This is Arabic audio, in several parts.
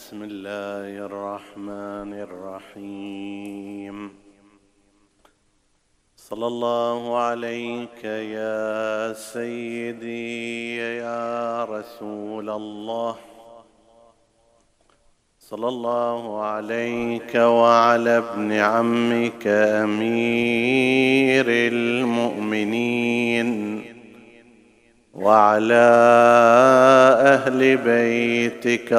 بسم الله الرحمن الرحيم. صلى الله عليك يا سيدي يا رسول الله، صلى الله عليك وعلى ابن عمك أمير المؤمنين وعلى أهل بيتك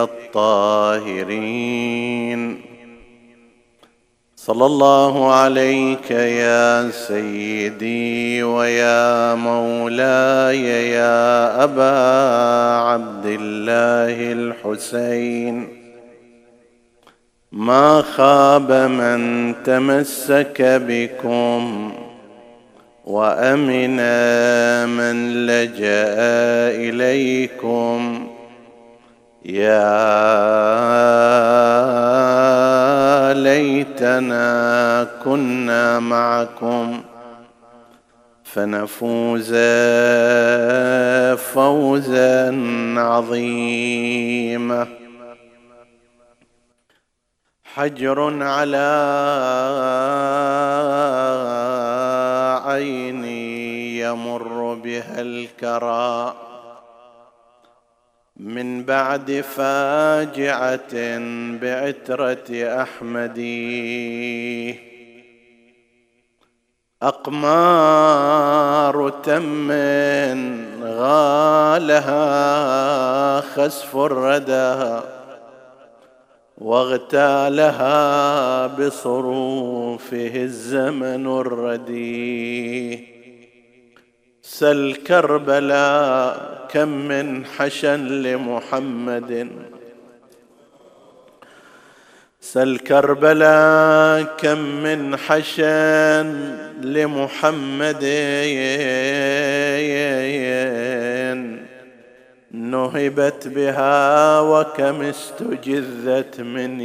الطاهرين. صلى الله عليك يا سيدي ويا مولاي يا أبا عبد الله الحسين. ما خاب من تمسك بكم وأمن من لجأ إليكم. يا ليتنا كنا معكم فنفوز فوزا عظيما. حجر على عيني يمر بها الكرى من بعد فاجعة بعترة أحمدي. أقمار تم غالها خسف الردى واغتالها بصروفه الزمن الردي. سل كربلاء كم من حشا لمحمد، سل كربلاء كم من حشا لمحمد نهبت بها وكم استجذت من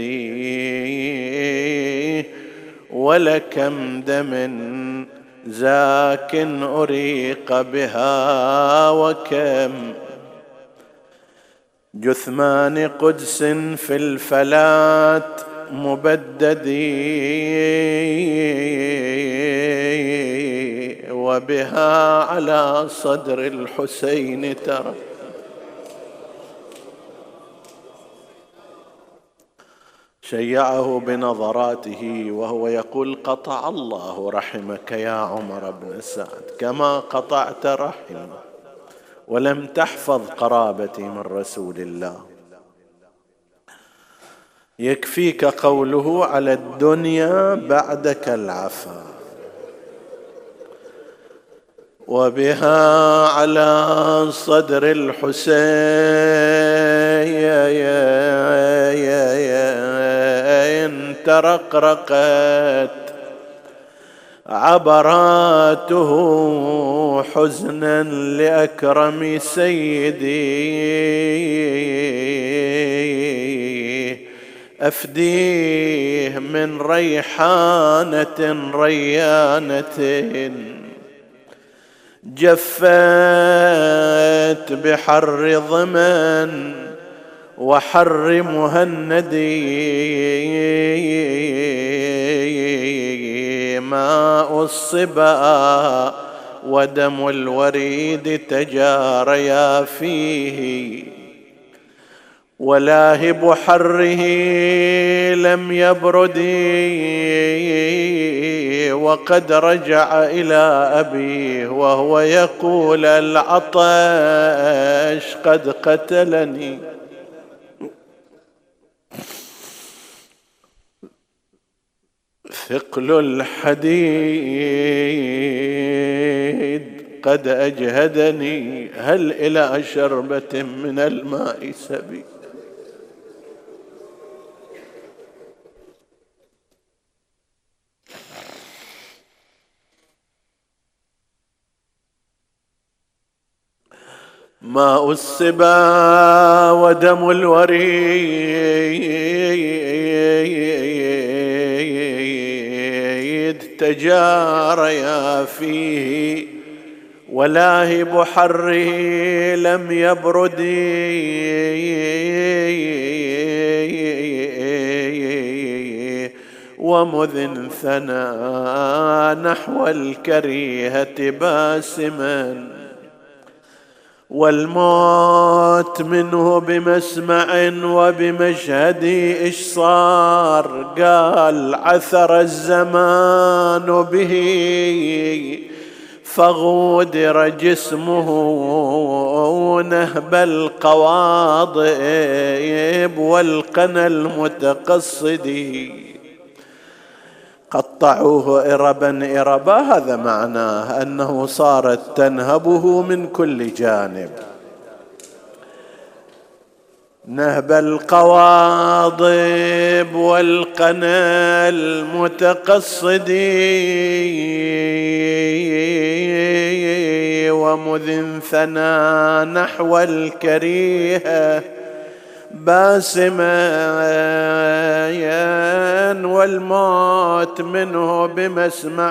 يدي. ولكم دم زاك أريق بها وكم جثمان قدس في الفلات مبدد وبها على صدر الحسين ترى. شيعه بنظراته وهو يقول قطع الله رحمك يا عمر بن سعد كما قطعت رحمه ولم تحفظ قرابتي من رسول الله. يكفيك قوله على الدنيا بعدك العفا وبها على صدر الحسين ترقرقت عبراته حزنا لأكرم سيدي. أفديه من ريحانة ريانة جفت بحر ضمن وحر مهندي. ماء الصبا ودم الوريد تجاريا فيه ولاهب حره لم يبرد. وقد رجع إلى أبيه وهو يقول العطش قد قتلني. ثقل الحديد قد أجهدني هل إلى شربة من الماء سبيل. ماء الصبا ودم الوريد تجاريا فيه ولاهب حره لم يبرد. ومذ انثنى نحو الكريهة باسما، والموت منه بمسمع وبمشهد. إيش صار؟ قال عثر الزمان به فغودر جسمه نهب القواضب والقنا المتقصد. قطعوه إربا إربا، هذا معناه أنه صارت تنهبه من كل جانب. نهب القواضب والقنا المتقصد، ومذ انثنى نحو الكريهة باسما، والموت منه بمسمع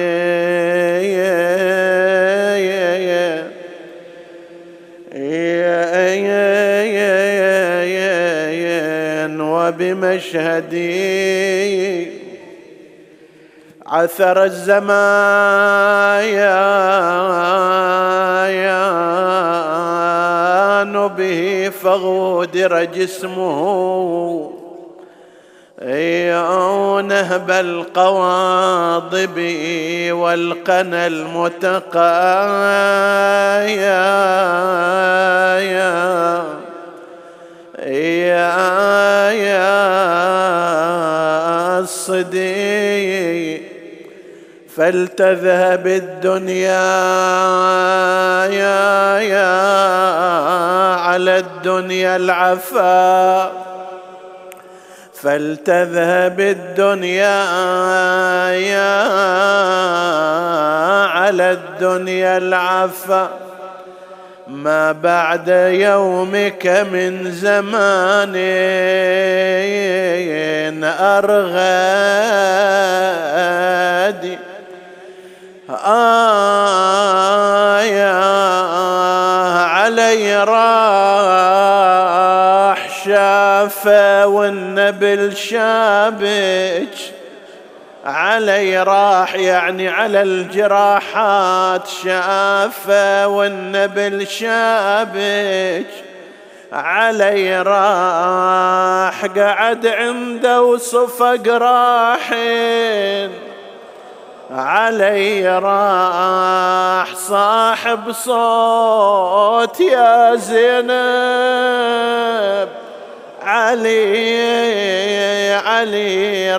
وبمشهد. عثر الزمان به فغودر جسمه نهب القواضب والقنا الصدي. فلتذهب الدنيا على الدنيا العفا، فلتذهب الدنيا على الدنيا العفا، ما بعد يومك من زمان أرغد. علي راح شافه والنبل شابك، علي راح يعني على الجراحات شافه والنبل شابك، علي راح قعد عنده وصفق راحين، علي راح صاحب صوت يا زينب، علي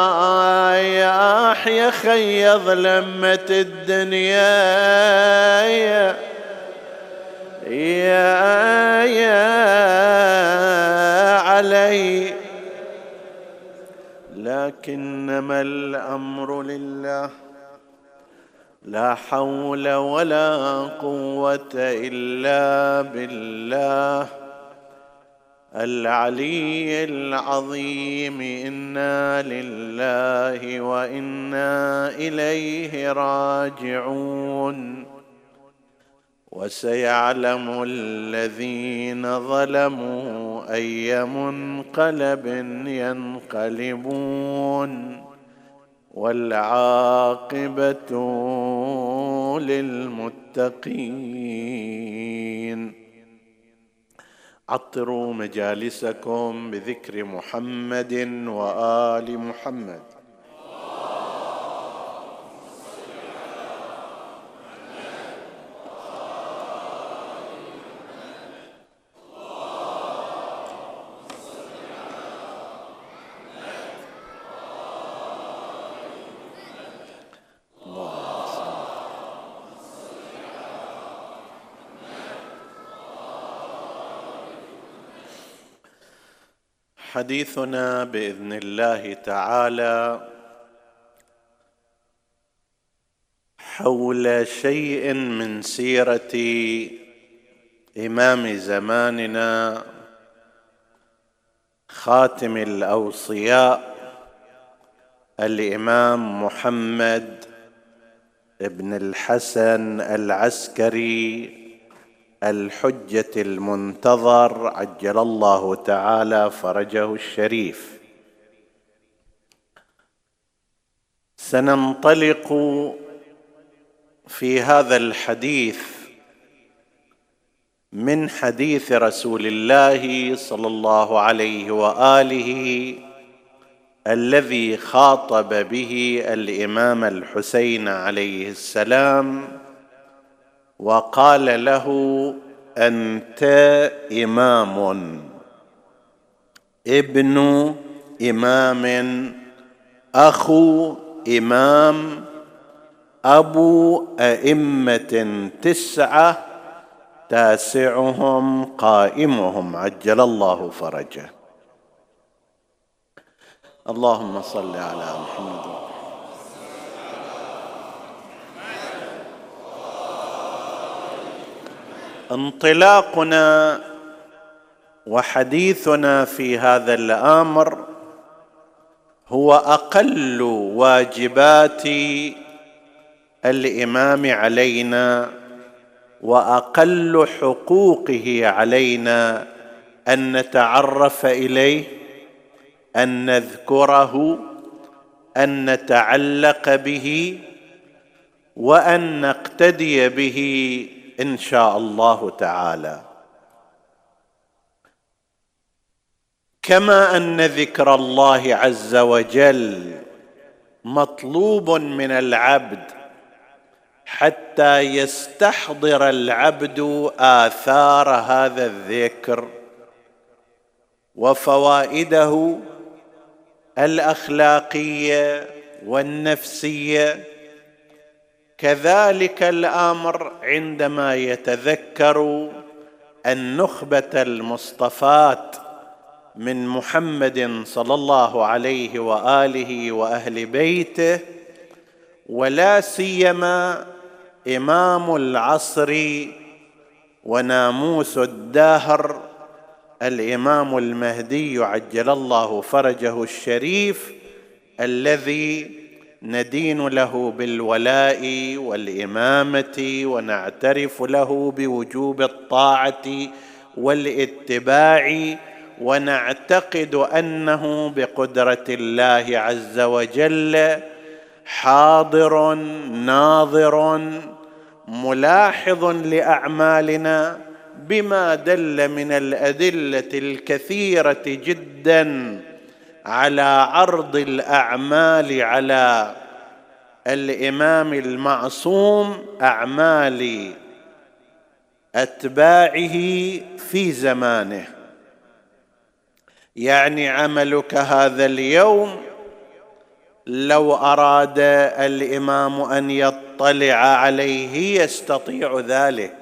رايح يخيض لمة الدنيا يا علي. لكنما الأمر لله، لا حول ولا قوة إلا بالله العلي العظيم. إنا لله وإنا إليه راجعون. وسيعلم الذين ظلموا أي منقلب ينقلبون، والعاقبة للمتقين. عطروا مجالسكم بذكر محمد وآل محمد. حديثنا بإذن الله تعالى حول شيء من سيرة إمام زماننا خاتم الأوصياء الإمام محمد بن الحسن العسكري الحجة المنتظر عجل الله تعالى فرجه الشريف. سننطلق في هذا الحديث من حديث رسول الله صلى الله عليه وآله الذي خاطب به الإمام الحسين عليه السلام وقال له: أنت إمام، ابن إمام، أخو إمام، أبو أئمة 9، تاسعهم قائمهم عجل الله فرجه. اللهم صل على محمد. انطلاقنا وحديثنا في هذا الأمر هو أقل واجبات الإمام علينا وأقل حقوقه علينا أن نتعرف إليه، أن نذكره، أن نتعلق به، وأن نقتدي به إن شاء الله تعالى. كما أن ذكر الله عز وجل مطلوب من العبد حتى يستحضر العبد آثار هذا الذكر وفوائده الأخلاقية والنفسية، كذلك الأمر عندما يتذكر النخبة المصطفاة من محمد صلى الله عليه وآله وأهل بيته، ولا سيما إمام العصر وناموس الدهر الإمام المهدي عجل الله فرجه الشريف، الذي ندين له بالولاء والإمامة ونعترف له بوجوب الطاعة والاتباع، ونعتقد أنه بقدرة الله عز وجل حاضر ناظر ملاحظ لأعمالنا بما دل من الأدلة الكثيرة جدا على عرض الأعمال على الإمام المعصوم، أعمال أتباعه في زمانه. يعني عملك هذا اليوم لو أراد الإمام أن يطلع عليه يستطيع ذلك،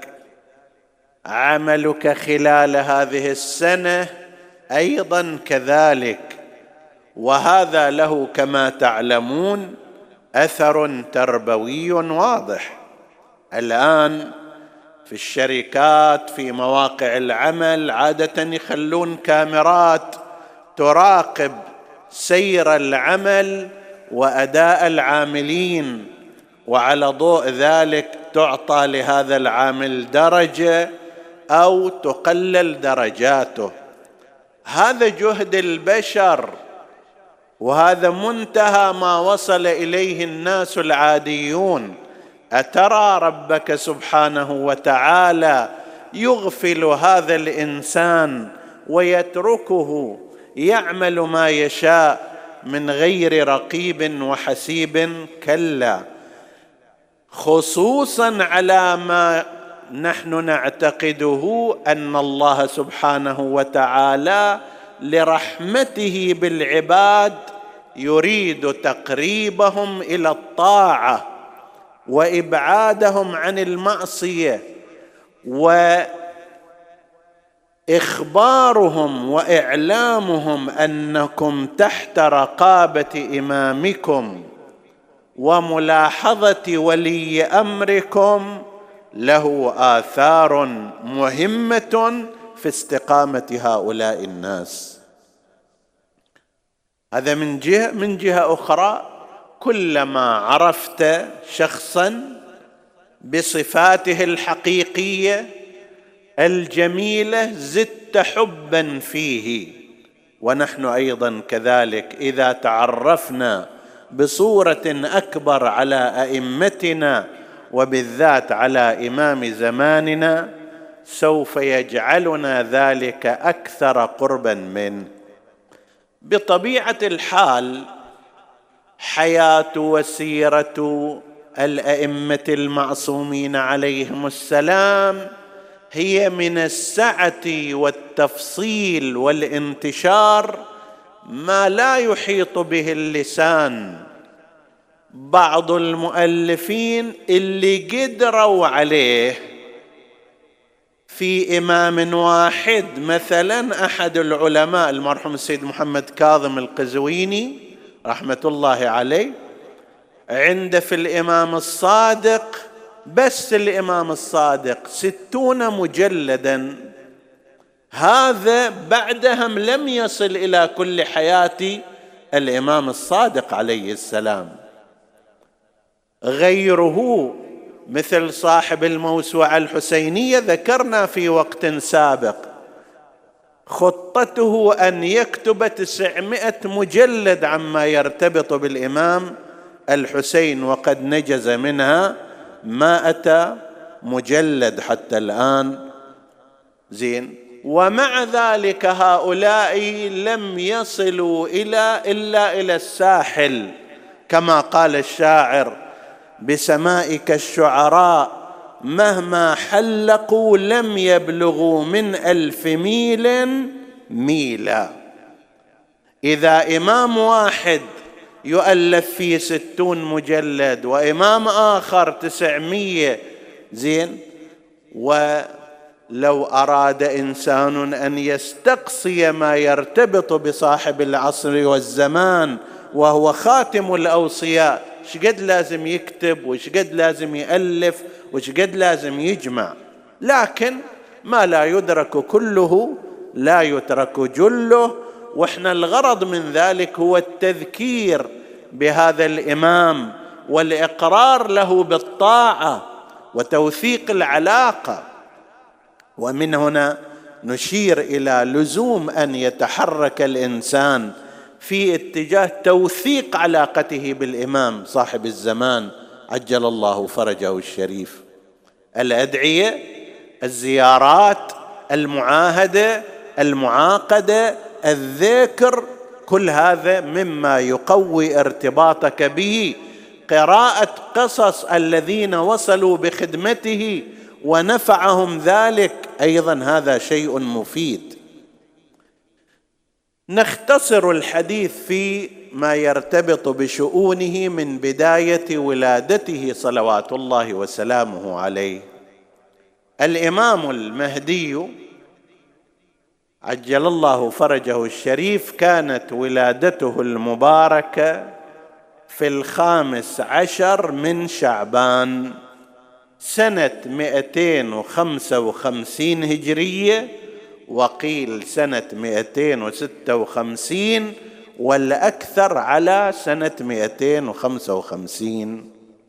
عملك خلال هذه السنة أيضا كذلك، وهذا له كما تعلمون أثر تربوي واضح. الآن في الشركات في مواقع العمل عادة يخلون كاميرات تراقب سير العمل وأداء العاملين، وعلى ضوء ذلك تعطى لهذا العامل درجة أو تقلل درجاته. هذا جهد البشر، وهذا منتهى ما وصل إليه الناس العاديون. أترى ربك سبحانه وتعالى يغفل هذا الإنسان ويتركه يعمل ما يشاء من غير رقيب وحسيب؟ كلا، خصوصا على ما نحن نعتقده أن الله سبحانه وتعالى لرحمته بالعباد يريد تقريبهم إلى الطاعة وإبعادهم عن المعصية، وإخبارهم وإعلامهم أنكم تحت رقابة إمامكم وملاحظة ولي أمركم له آثار مهمة في استقامة هؤلاء الناس. هذا من جهة أخرى، كلما عرفت شخصا بصفاته الحقيقية الجميلة زدت حبا فيه. ونحن أيضا كذلك إذا تعرفنا بصورة أكبر على أئمتنا وبالذات على إمام زماننا سوف يجعلنا ذلك أكثر قربا منه. بطبيعة الحال حياة وسيرة الأئمة المعصومين عليهم السلام هي من السعة والتفصيل والانتشار ما لا يحيط به اللسان. بعض المؤلفين اللي قدروا عليه في إمام واحد، مثلا أحد العلماء المرحوم السيد محمد كاظم القزويني رحمة الله عليه، عنده في الإمام الصادق، بس الإمام الصادق 60 مجلدا. هذا بعدهم لم يصل إلى كل حياة الإمام الصادق عليه السلام. غيره مثل صاحب الموسوعة الحسينية ذكرنا في وقت سابق خطته أن يكتب 900 مجلد عما يرتبط بالإمام الحسين، وقد نجز منها 100 مجلد حتى الآن. زين، ومع ذلك هؤلاء لم يصلوا إلا إلى الساحل، كما قال الشاعر: بسمائك الشعراء مهما حلقوا لم يبلغوا من 1000 ميل ميلا. إذا إمام واحد يؤلف فيه 60 مجلد وإمام آخر 900، زين، ولو أراد إنسان أن يستقصي ما يرتبط بصاحب العصر والزمان وهو خاتم الأوصياء، شقد لازم يكتب وشقد لازم يألف وشقد لازم يجمع. لكن ما لا يدرك كله لا يترك جله، وإحنا الغرض من ذلك هو التذكير بهذا الإمام والإقرار له بالطاعة وتوثيق العلاقة. ومن هنا نشير إلى لزوم أن يتحرك الإنسان في اتجاه توثيق علاقته بالإمام صاحب الزمان عجل الله فرجه الشريف. الأدعية، الزيارات، المعاهدة، المعاقدة، الذكر، كل هذا مما يقوي ارتباطك به. قراءة قصص الذين وصلوا بخدمته ونفعهم ذلك أيضا هذا شيء مفيد. نختصر الحديث في ما يرتبط بشؤونه من بداية ولادته صلوات الله وسلامه عليه. الإمام المهدي عجل الله فرجه الشريف كانت ولادته المباركة في 15 من شعبان سنة 255 هجرية، وقيل سنة 256، والأكثر على سنة 255.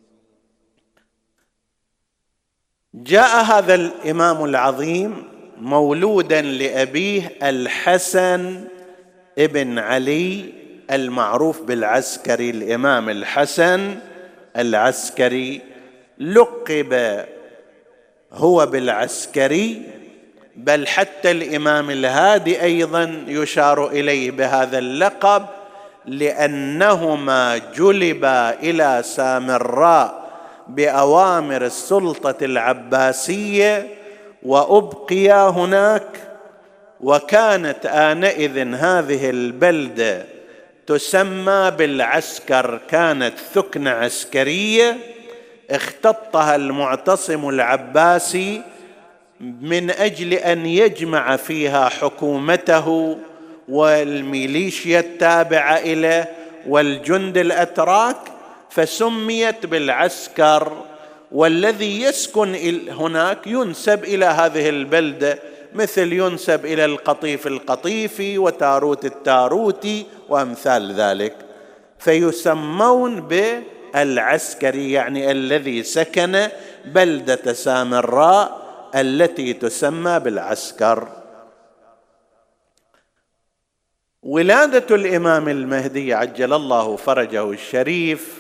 جاء هذا الإمام العظيم مولودا لأبيه الحسن ابن علي المعروف بالعسكري. الإمام الحسن العسكري لقب هو بالعسكري، بل حتى الإمام الهادي أيضا يشار إليه بهذا اللقب، لأنهما جلبا إلى سامراء بأوامر السلطة العباسية وأبقيا هناك. وكانت آنئذ هذه البلدة تسمى بالعسكر، كانت ثكنة عسكرية اختطها المعتصم العباسي من أجل أن يجمع فيها حكومته والميليشيا التابعة إليه والجند الأتراك، فسميت بالعسكر. والذي يسكن هناك ينسب إلى هذه البلدة، مثل ينسب إلى القطيف القطيفي وتاروت التاروتي وأمثال ذلك، فيسمون بالعسكري، يعني الذي سكن بلدة سامراء التي تسمى بالعسكر. ولادة الإمام المهدي عجل الله فرجه الشريف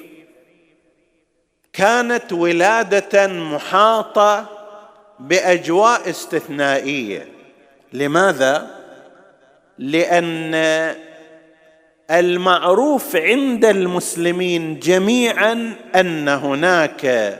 كانت ولادة محاطة بأجواء استثنائية. لماذا؟ لأن المعروف عند المسلمين جميعا أن هناك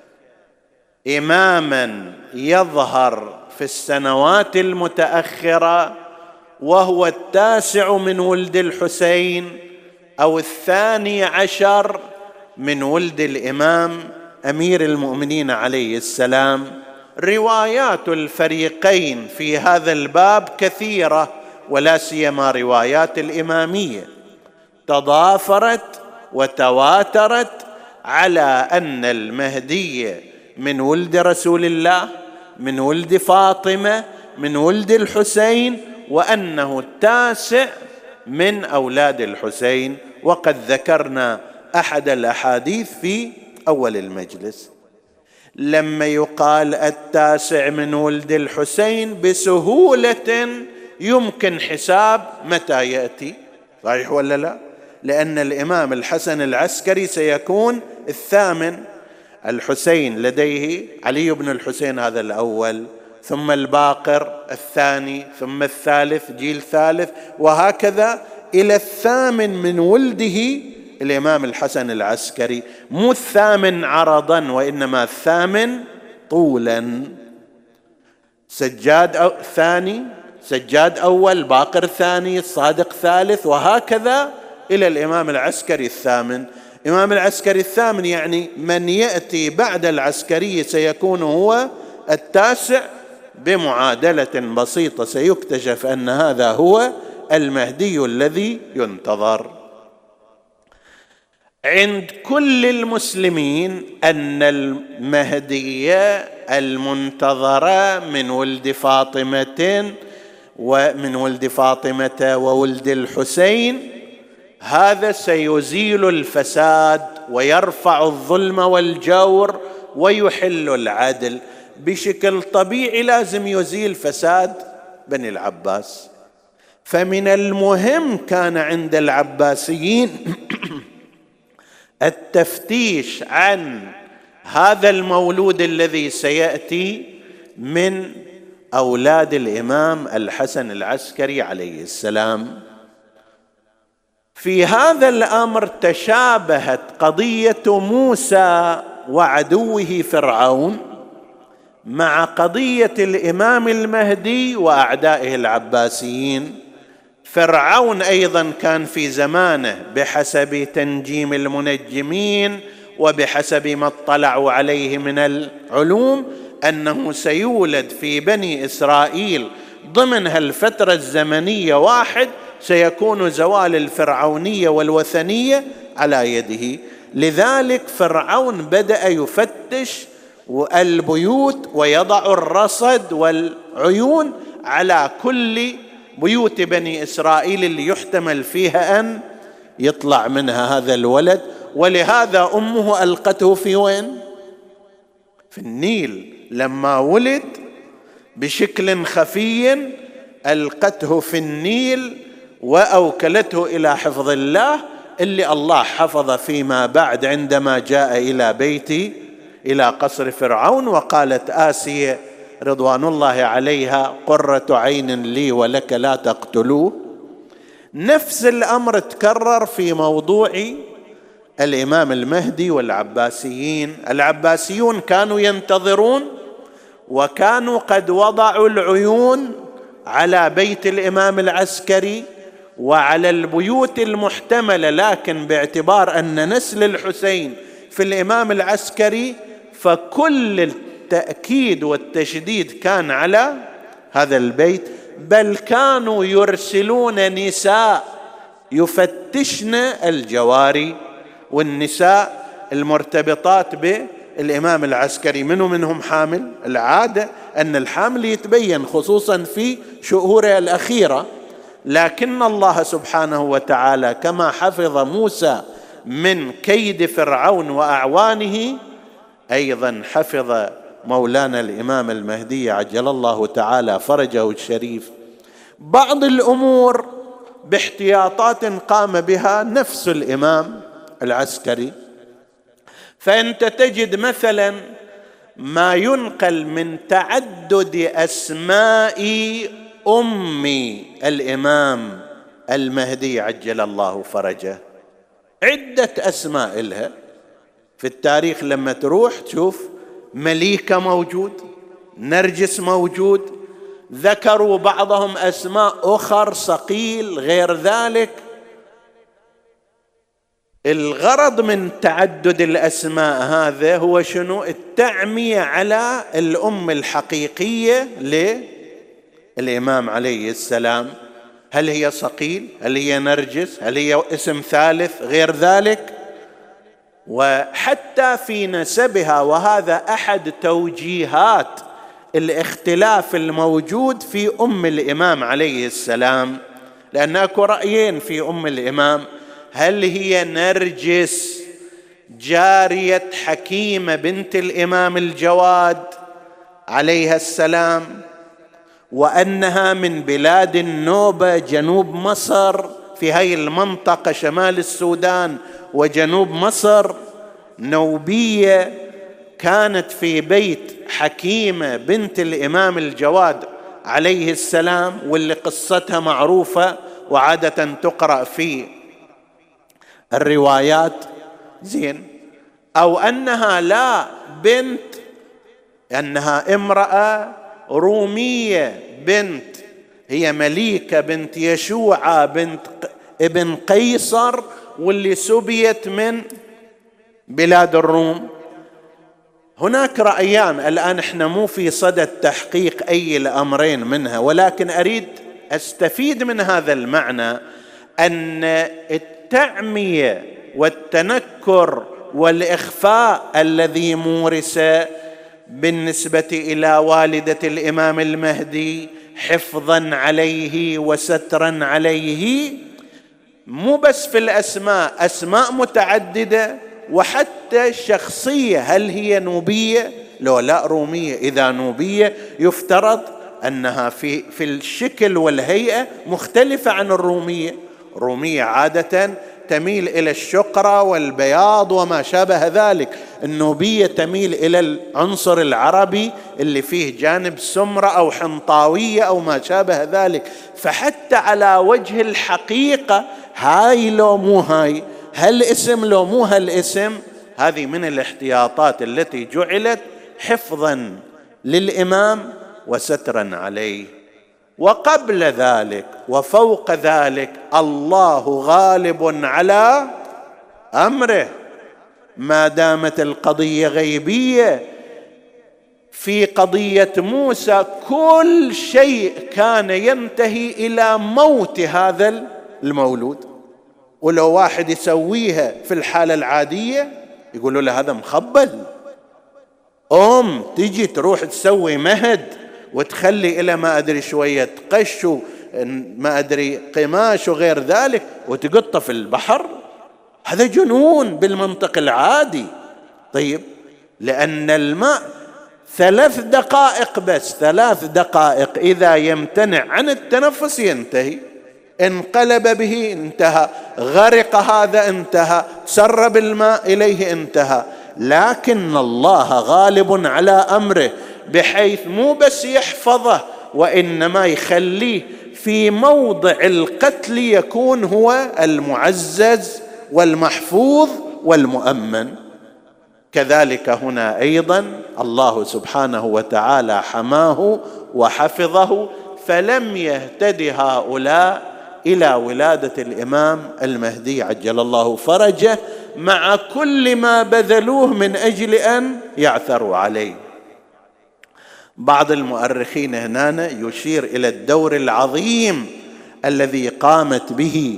إماما يظهر في السنوات المتأخرة وهو 9 من ولد الحسين أو 12 من ولد الإمام أمير المؤمنين عليه السلام. روايات الفريقين في هذا الباب كثيرة، ولا سيما روايات الإمامية تضافرت وتواترت على أن المهدي من ولد رسول الله، من ولد فاطمة، من ولد الحسين، وأنه 9 من أولاد الحسين. وقد ذكرنا أحد الأحاديث في أول المجلس. لما يقال 9 من ولد الحسين بسهولة يمكن حساب متى يأتي، صحيح ولا لا؟ لأن الإمام الحسن العسكري سيكون 8، الحسين لديه علي بن الحسين هذا الأول، ثم الباقر الثاني، ثم الثالث جيل ثالث، وهكذا إلى 8 من ولده الإمام الحسن العسكري. مو 8 عرضا، وإنما 8 طولا. سجاد ثاني، سجاد أول، باقر ثاني، الصادق ثالث، وهكذا إلى الإمام العسكري 8. الإمام العسكري 8 يعني من يأتي بعد العسكري سيكون هو 9. بمعادلة بسيطة سيكتشف أن هذا هو المهدي الذي ينتظر. عند كل المسلمين أن المهدي المنتظر من ولد فاطمة وولد الحسين، هذا سيزيل الفساد ويرفع الظلم والجور ويحل العدل. بشكل طبيعي لازم يزيل فساد بني العباس. فمن المهم كان عند العباسيين التفتيش عن هذا المولود الذي سيأتي من أولاد الإمام الحسن العسكري عليه السلام. في هذا الأمر تشابهت قضية موسى وعدوه فرعون مع قضية الإمام المهدي وأعدائه العباسيين. فرعون أيضا كان في زمانه بحسب تنجيم المنجمين وبحسب ما اطلعوا عليه من العلوم أنه سيولد في بني إسرائيل ضمن هالفترة الزمنية واحد سيكون زوال الفرعونية والوثنية على يده. لذلك فرعون بدأ يفتش البيوت ويضع الرصد والعيون على كل بيوت بني إسرائيل اللي يحتمل فيها أن يطلع منها هذا الولد. ولهذا أمه ألقته في وين؟ في النيل. لما ولد بشكل خفي ألقته في النيل وأوكلته إلى حفظ الله، اللي الله حفظ فيما بعد عندما جاء إلى بيتي إلى قصر فرعون. وقالت آسيا رضوان الله عليها: قرة عين لي ولك لا تقتلوه. نفس الأمر تكرر في موضوع الإمام المهدي والعباسيين. العباسيون كانوا ينتظرون وكانوا قد وضعوا العيون على بيت الإمام العسكري وعلى البيوت المحتملة، لكن باعتبار أن نسل الحسين في الإمام العسكري فكل التأكيد والتشديد كان على هذا البيت. بل كانوا يرسلون نساء يفتشن الجواري والنساء المرتبطات بالإمام العسكري. منهم حامل. العادة أن الحامل يتبين خصوصا في شهوره الأخيرة، لكن الله سبحانه وتعالى كما حفظ موسى من كيد فرعون وأعوانه أيضا حفظ مولانا الإمام المهدي عجل الله تعالى فرجه الشريف. بعض الأمور باحتياطات قام بها نفس الإمام العسكري. فأنت تجد مثلا ما ينقل من تعدد أسماء أم الإمام المهدي عجل الله فرجه، عدة أسماء لها في التاريخ. لما تروح تشوف مليكة موجود، نرجس موجود، ذكروا بعضهم أسماء أخر، صقيل، غير ذلك. الغرض من تعدد الأسماء هذا هو شنو؟ التعمية على الأم الحقيقية للإمام عليه السلام. هل هي صقيل؟ هل هي نرجس؟ هل هي اسم ثالث غير ذلك؟ وحتى في نسبها، وهذا أحد توجيهات الاختلاف الموجود في أم الإمام عليه السلام، لأن أكو رأيين في أم الإمام. هل هي نرجس جارية حكيمة بنت الإمام الجواد عليها السلام، وأنها من بلاد النوبة جنوب مصر، في هاي المنطقة شمال السودان وجنوب مصر، نوبية، كانت في بيت حكيمة بنت الإمام الجواد عليه السلام، واللي قصتها معروفة وعادة تقرأ في الروايات. زين، أو أنها لا بنت، أنها امرأة رومية، بنت، هي مليكة بنت يشوع بنت ابن قيصر، واللي سبيت من بلاد الروم. هناك رأيان، الآن احنا مو في صدد تحقيق أي الأمرين منها، ولكن أريد أستفيد من هذا المعنى أن التعمية والتنكر والإخفاء الذي مورس بالنسبة إلى والدة الإمام المهدي حفظا عليه وسترا عليه، مو بس في الأسماء، أسماء متعددة، وحتى الشخصية. هل هي نوبية؟ لو لا رومية. إذا نوبية يفترض أنها في الشكل والهيئة مختلفة عن الرومية. الرومية عادة تميل إلى الشقرة والبياض وما شابه ذلك، النوبية تميل إلى العنصر العربي اللي فيه جانب سمرة أو حنطاوية أو ما شابه ذلك. فحتى على وجه الحقيقة، هاي لو مو هاي، هالاسم لو مو هالاسم، هذه من الاحتياطات التي جعلت حفظا للإمام وسترا عليه. وقبل ذلك وفوق ذلك، الله غالب على أمره ما دامت القضية غيبية. في قضية موسى كل شيء كان ينتهي إلى موت هذا المولود، ولو واحد يسويها في الحالة العادية يقولوا له هذا مخبل. تجي تروح تسوي مهد وتخلي إلى ما أدري شوية قش ما أدري قماش وغير ذلك وتقطه في البحر، هذا جنون بالمنطق العادي. طيب، لأن الماء 3 دقائق بس، 3 دقائق إذا يمتنع عن التنفس ينتهي، انقلب به انتهى، غرق هذا انتهى، سرب الماء إليه انتهى. لكن الله غالب على أمره، بحيث مو بس يحفظه، وإنما يخليه في موضع القتل يكون هو المعزز والمحفوظ والمؤمن. كذلك هنا أيضا الله سبحانه وتعالى حماه وحفظه، فلم يهتد هؤلاء إلى ولادة الإمام المهدي عجل الله فرجه، مع كل ما بذلوه من أجل أن يعثروا عليه. بعض المؤرخين هنا يشير إلى الدور العظيم الذي قامت به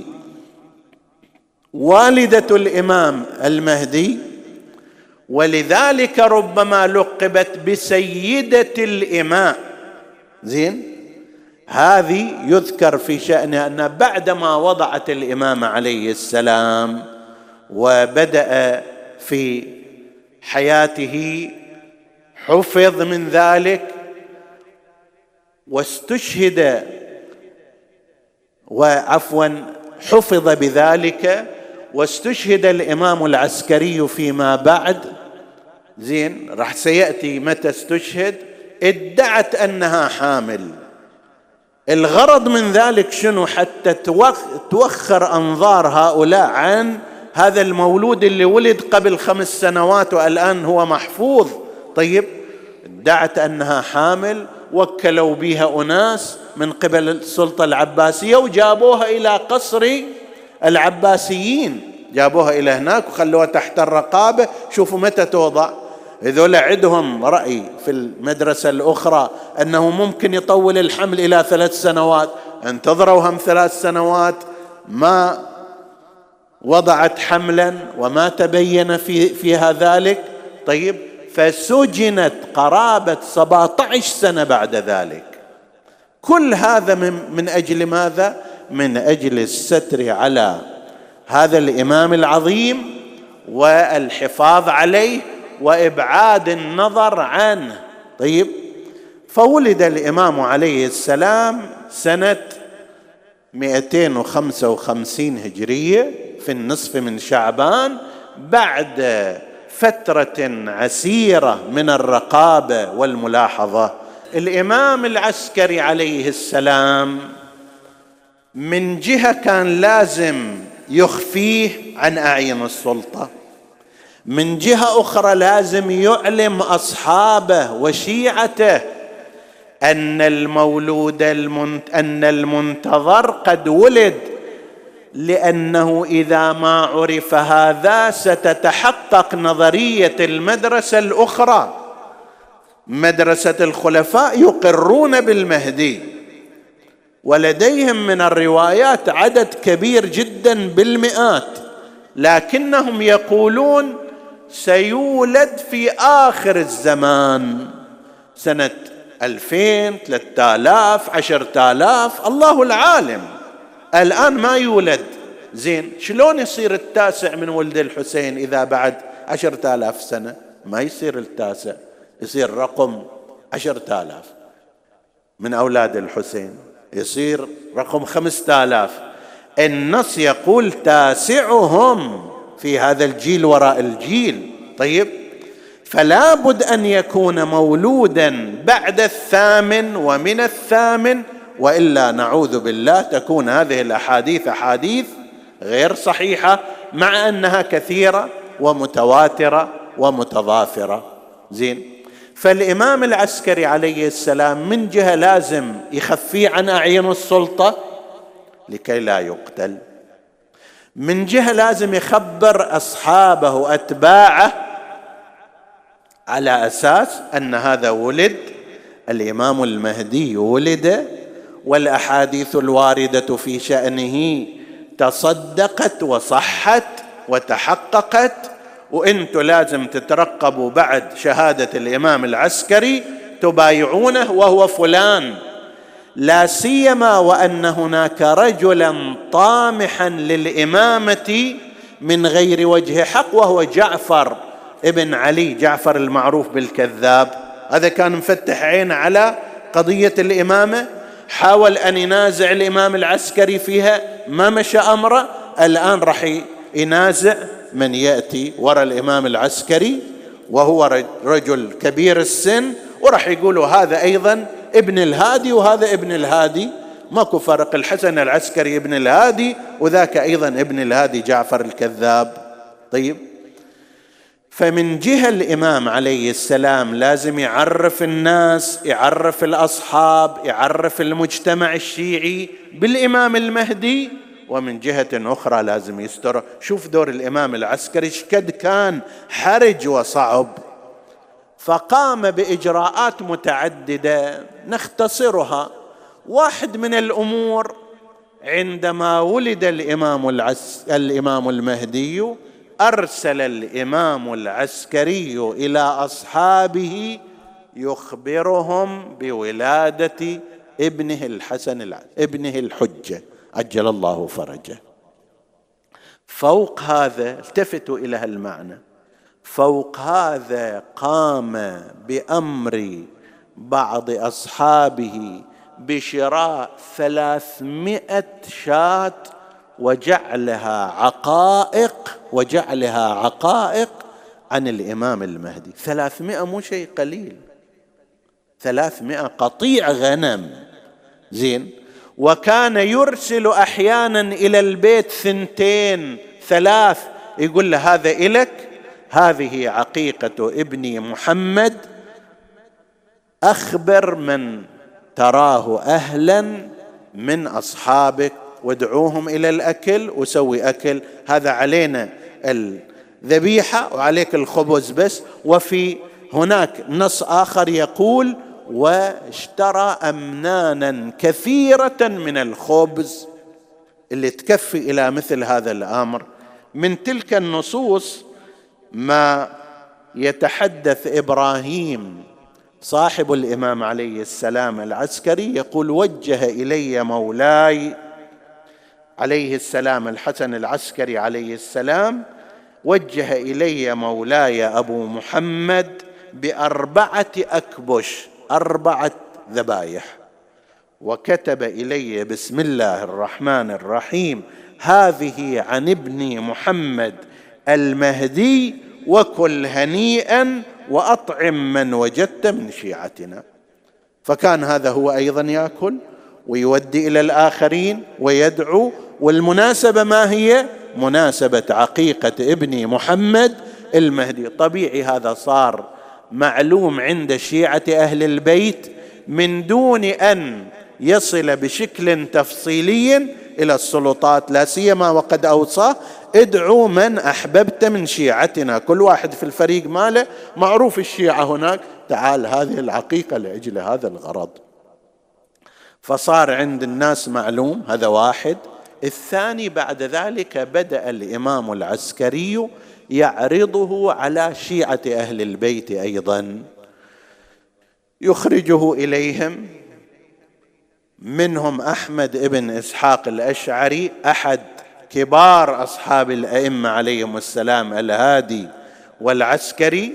والدة الإمام المهدي، ولذلك ربما لقبت بسيدة الإماء. زين، هذه يذكر في شأنها أن بعدما وضعت الإمام عليه السلام وبدأ في حياته حفظ من ذلك، واستشهد وعفوا حفظ بذلك، واستشهد الإمام العسكري فيما بعد. زين، راح سيأتي متى استشهد. ادعت أنها حامل. الغرض من ذلك شنو؟ حتى توخر أنظار هؤلاء عن هذا المولود اللي ولد قبل 5 سنوات والآن هو محفوظ. طيب، ادعت أنها حامل، وكلوا بها أناس من قبل السلطة العباسية وجابوها إلى قصر العباسيين، جابوها إلى هناك وخلوها تحت الرقابة. شوفوا متى توضع. هذول عندهم رأي في المدرسة الأخرى أنه ممكن يطول الحمل إلى 3 سنوات. انتظروا هم 3 سنوات، ما وضعت حملا وما تبين فيها ذلك. طيب، فسجنت قرابة 17 سنة بعد ذلك. كل هذا من أجل ماذا؟ من أجل الستر على هذا الإمام العظيم والحفاظ عليه وإبعاد النظر عنه. طيب، فولد الإمام عليه السلام سنة 255 هجرية في النصف من شعبان، بعد فترة عسيرة من الرقابة والملاحظة. الإمام العسكري عليه السلام من جهة كان لازم يخفيه عن أعين السلطة، من جهة أخرى لازم يعلم أصحابه وشيعته أن أن المنتظر قد ولد، لأنه إذا ما عرف هذا ستتحقق نظرية المدرسة الأخرى، مدرسة الخلفاء يقرون بالمهدي، ولديهم من الروايات عدد كبير جدا بالمئات، لكنهم يقولون سيولد في آخر الزمان سنة 2000 3000 10000 الله العالم. الآن ما يولد. زين، شلون يصير 9 من ولد الحسين إذا بعد 10,000 سنة؟ ما يصير 9، يصير رقم 10,000 من أولاد الحسين، يصير رقم 5000. النص يقول 9 في هذا الجيل وراء الجيل. طيب، فلا بد أن يكون مولودا بعد 8 ومن 8، وإلا نعوذ بالله تكون هذه الأحاديث أحاديث غير صحيحة، مع أنها كثيرة ومتواترة ومتضافرة. زين، فالإمام العسكري عليه السلام من جهة لازم يخفيه عن أعين السلطة لكي لا يقتل، من جهة لازم يخبر أصحابه وأتباعه على أساس أن هذا ولد الإمام المهدي، ولد والأحاديث الواردة في شأنه تصدقت وصحت وتحققت، وإنتوا لازم تترقبوا بعد شهادة الإمام العسكري تبايعونه وهو فلان، لا سيما وأن هناك رجلا طامحا للإمامة من غير وجه حق، وهو جعفر ابن علي، جعفر المعروف بالكذاب. هذا كان مفتح عينه على قضية الإمامة، حاول أن ينازع الإمام العسكري فيها، ما مشى أمره. الآن راح ينازع من يأتي وراء الإمام العسكري وهو رجل كبير السن، وراح يقولوا هذا أيضا ابن الهادي وهذا ابن الهادي، ماكو فرق، الحسن العسكري ابن الهادي وذاك أيضا ابن الهادي جعفر الكذاب. طيب، فمن جهة الإمام عليه السلام لازم يعرف الناس، يعرف الأصحاب، يعرف المجتمع الشيعي بالإمام المهدي، ومن جهة أخرى لازم يستر. شوف دور الإمام العسكري شقد كان حرج وصعب، فقام بإجراءات متعددة نختصرها. واحد من الأمور، عندما ولد الإمام المهدي أرسل الإمام العسكري إلى أصحابه يخبرهم بولادة ابنه الحسن ابنه الحجة عجل الله فرجه. فوق هذا، التفتوا إلى هالمعنى، فوق هذا قام بأمر بعض أصحابه بشراء 300 شاة وجعلها عقائق عن الإمام المهدي. 300 مو شيء قليل، 300 قطيع غنم. زين. وكان يرسل أحيانا إلى البيت 2 3، يقول له هذا إلك، هذه عقيقة ابني محمد، أخبر من تراه أهلا من أصحابك وادعوهم إلى الأكل وسوي أكل، هذا علينا الذبيحة وعليك الخبز بس. وفي هناك نص آخر يقول واشترى أمنانا كثيرة من الخبز اللي تكفي إلى مثل هذا الأمر. من تلك النصوص ما يتحدث إبراهيم صاحب الإمام عليه السلام العسكري، يقول وجه إلي مولاي عليه السلام الحسن العسكري عليه السلام، وجه إلي مولاي أبو محمد ب4 أكبش، 4 ذبايح، وكتب إلي بسم الله الرحمن الرحيم هذه عن ابني محمد المهدي، وكل هنيئا وأطعم من وجدت من شيعتنا. فكان هذا هو أيضا يأكل ويودي إلى الآخرين ويدعو. والمناسبة ما هي؟ مناسبة عقيقة ابني محمد المهدي. طبيعي هذا صار معلوم عند شيعة أهل البيت من دون أن يصل بشكل تفصيلي إلى السلطات، لا سيما وقد أوصى ادعوا من أحببت من شيعتنا، كل واحد في الفريق ماله معروف الشيعة هناك، تعال هذه العقيقة لأجل هذا الغرض. فصار عند الناس معلوم. هذا واحد. الثاني، بعد ذلك بدأ الإمام العسكري يعرضه على شيعة أهل البيت أيضا، يخرجه إليهم، منهم أحمد ابن إسحاق الأشعري أحد كبار أصحاب الأئمة عليهم السلام الهادي والعسكري،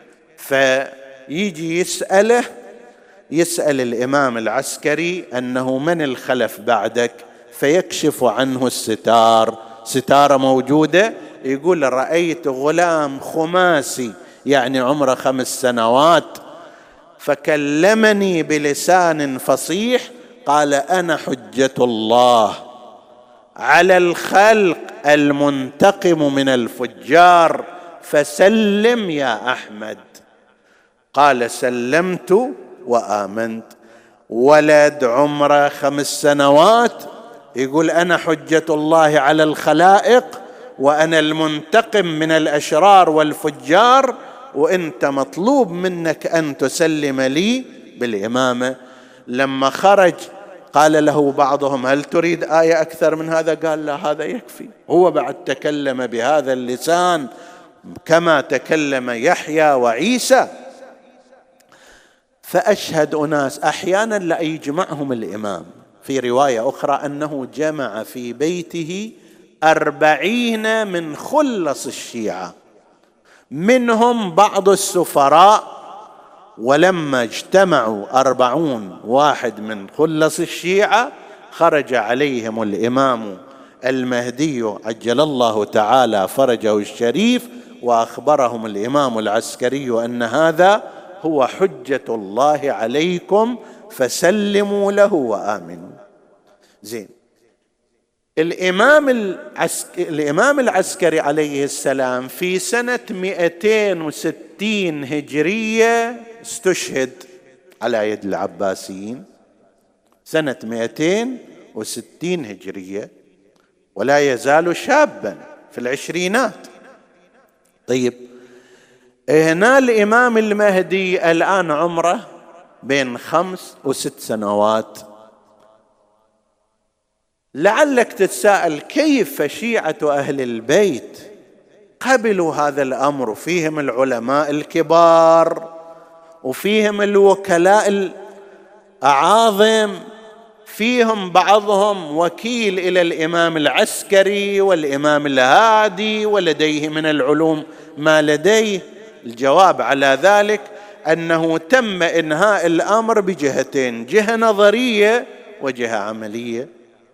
فيجي يسأل الإمام العسكري أنه من الخلف بعدك، فيكشف عنه الستار، ستارة موجودة، يقول رأيت غلام خماسي يعني عمره 5 سنوات، فكلمني بلسان فصيح قال أنا حجة الله على الخلق المنتقم من الفجار، فسلم يا أحمد. قال سلمت وآمنت. ولد عمره 5 سنوات يقول أنا حجة الله على الخلائق وأنا المنتقم من الأشرار والفجار، وأنت مطلوب منك أن تسلم لي بالإمامة. لما خرج قال له بعضهم هل تريد آية أكثر من هذا؟ قال لا، هذا يكفي. هو بعد تكلم بهذا اللسان كما تكلم يحيى وعيسى. فأشهد أناس أحيانا لا يجمعهم الإمام. في رواية أخرى أنه جمع في بيته 40 من خلص الشيعة، منهم بعض السفراء. ولما اجتمعوا 40 واحد من خلص الشيعة خرج عليهم الإمام المهدي عجل الله تعالى فرجه الشريف، وأخبرهم الإمام العسكري أن هذا هو حجة الله عليكم فسلموا له وآمنوا. زين. الإمام العسكري عليه السلام في سنة 260 هجرية استشهد على يد العباسيين، سنة 260 هجرية، ولا يزال شابا في العشرينات. طيب، هنا الإمام المهدي الآن عمره بين 5 و6 سنوات. لعلك تتساءل كيف شيعة أهل البيت قبلوا هذا الأمر؟ فيهم العلماء الكبار وفيهم الوكلاء الأعاظم، فيهم بعضهم وكيل إلى الإمام العسكري والإمام الهادي ولديه من العلوم ما لديه. الجواب على ذلك أنه تم إنهاء الأمر بجهتين: جهة نظرية وجهة عملية.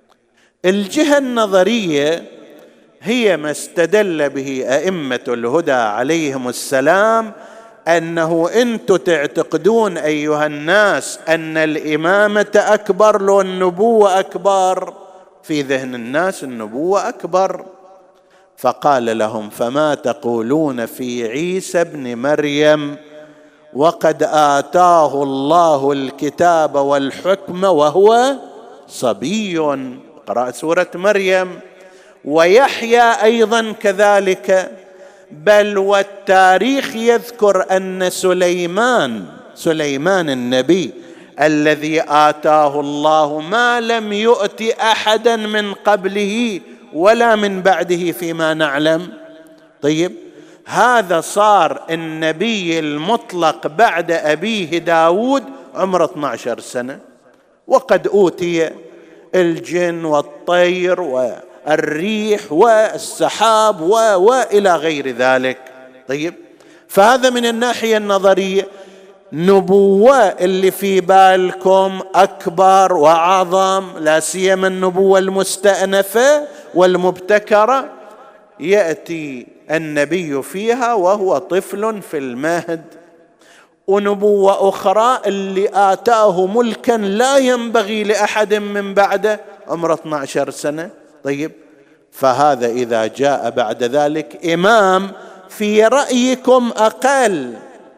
الجهة النظرية هي ما استدل به أئمة الهدى عليهم السلام، أنه أنتم تعتقدون أيها الناس أن الإمامة أكبر لو النبوة أكبر، في ذهن الناس النبوة أكبر. فقال لهم: فما تقولون في عيسى ابن مريم وقد آتاه الله الكتاب والحكم وهو صبي؟ قرأ سورة مريم. ويحيى أيضا كذلك، بل والتاريخ يذكر أن سليمان النبي الذي آتاه الله ما لم يؤت أحدا من قبله ولا من بعده فيما نعلم. طيب، هذا صار النبي المطلق بعد أبيه داود عمره 12 سنة، وقد أوتي الجن والطير والريح والسحاب وإلى غير ذلك. طيب، فهذا من الناحية النظرية. نبوة اللي في بالكم أكبر وأعظم، لا سيما النبوة المستأنفة والمبتكرة، يأتي النبي فيها وهو طفل في المهد. ونبوة أخرى اللي آتاه ملكا لا ينبغي لأحد من بعده عمره 12 سنة. طيب، فهذا إذا جاء بعد ذلك إمام في رأيكم أقل،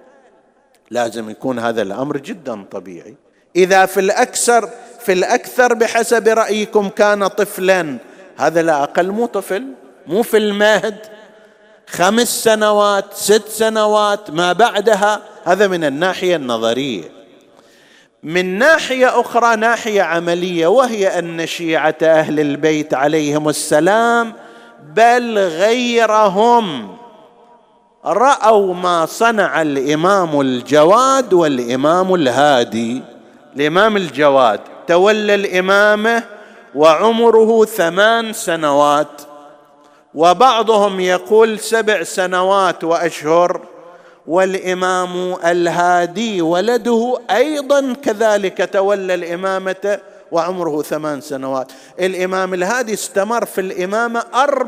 لازم يكون هذا الأمر جدا طبيعي. إذا في الأكثر بحسب رأيكم كان طفلا، هذا لا أقل مو طفل، مو في المهد 5 سنوات 6 سنوات ما بعدها. هذا من الناحية النظرية. من ناحية أخرى، ناحية عملية، وهي أن شيعة أهل البيت عليهم السلام بل غيرهم رأوا ما صنع الإمام الجواد والإمام الهادي. الإمام الجواد تولى الإمامة وعمره 8 سنوات، وبعضهم يقول 7 سنوات وأشهر. والإمام الهادي ولده أيضا كذلك تولى الإمامة وعمره 8 سنوات. الإمام الهادي استمر في الإمامة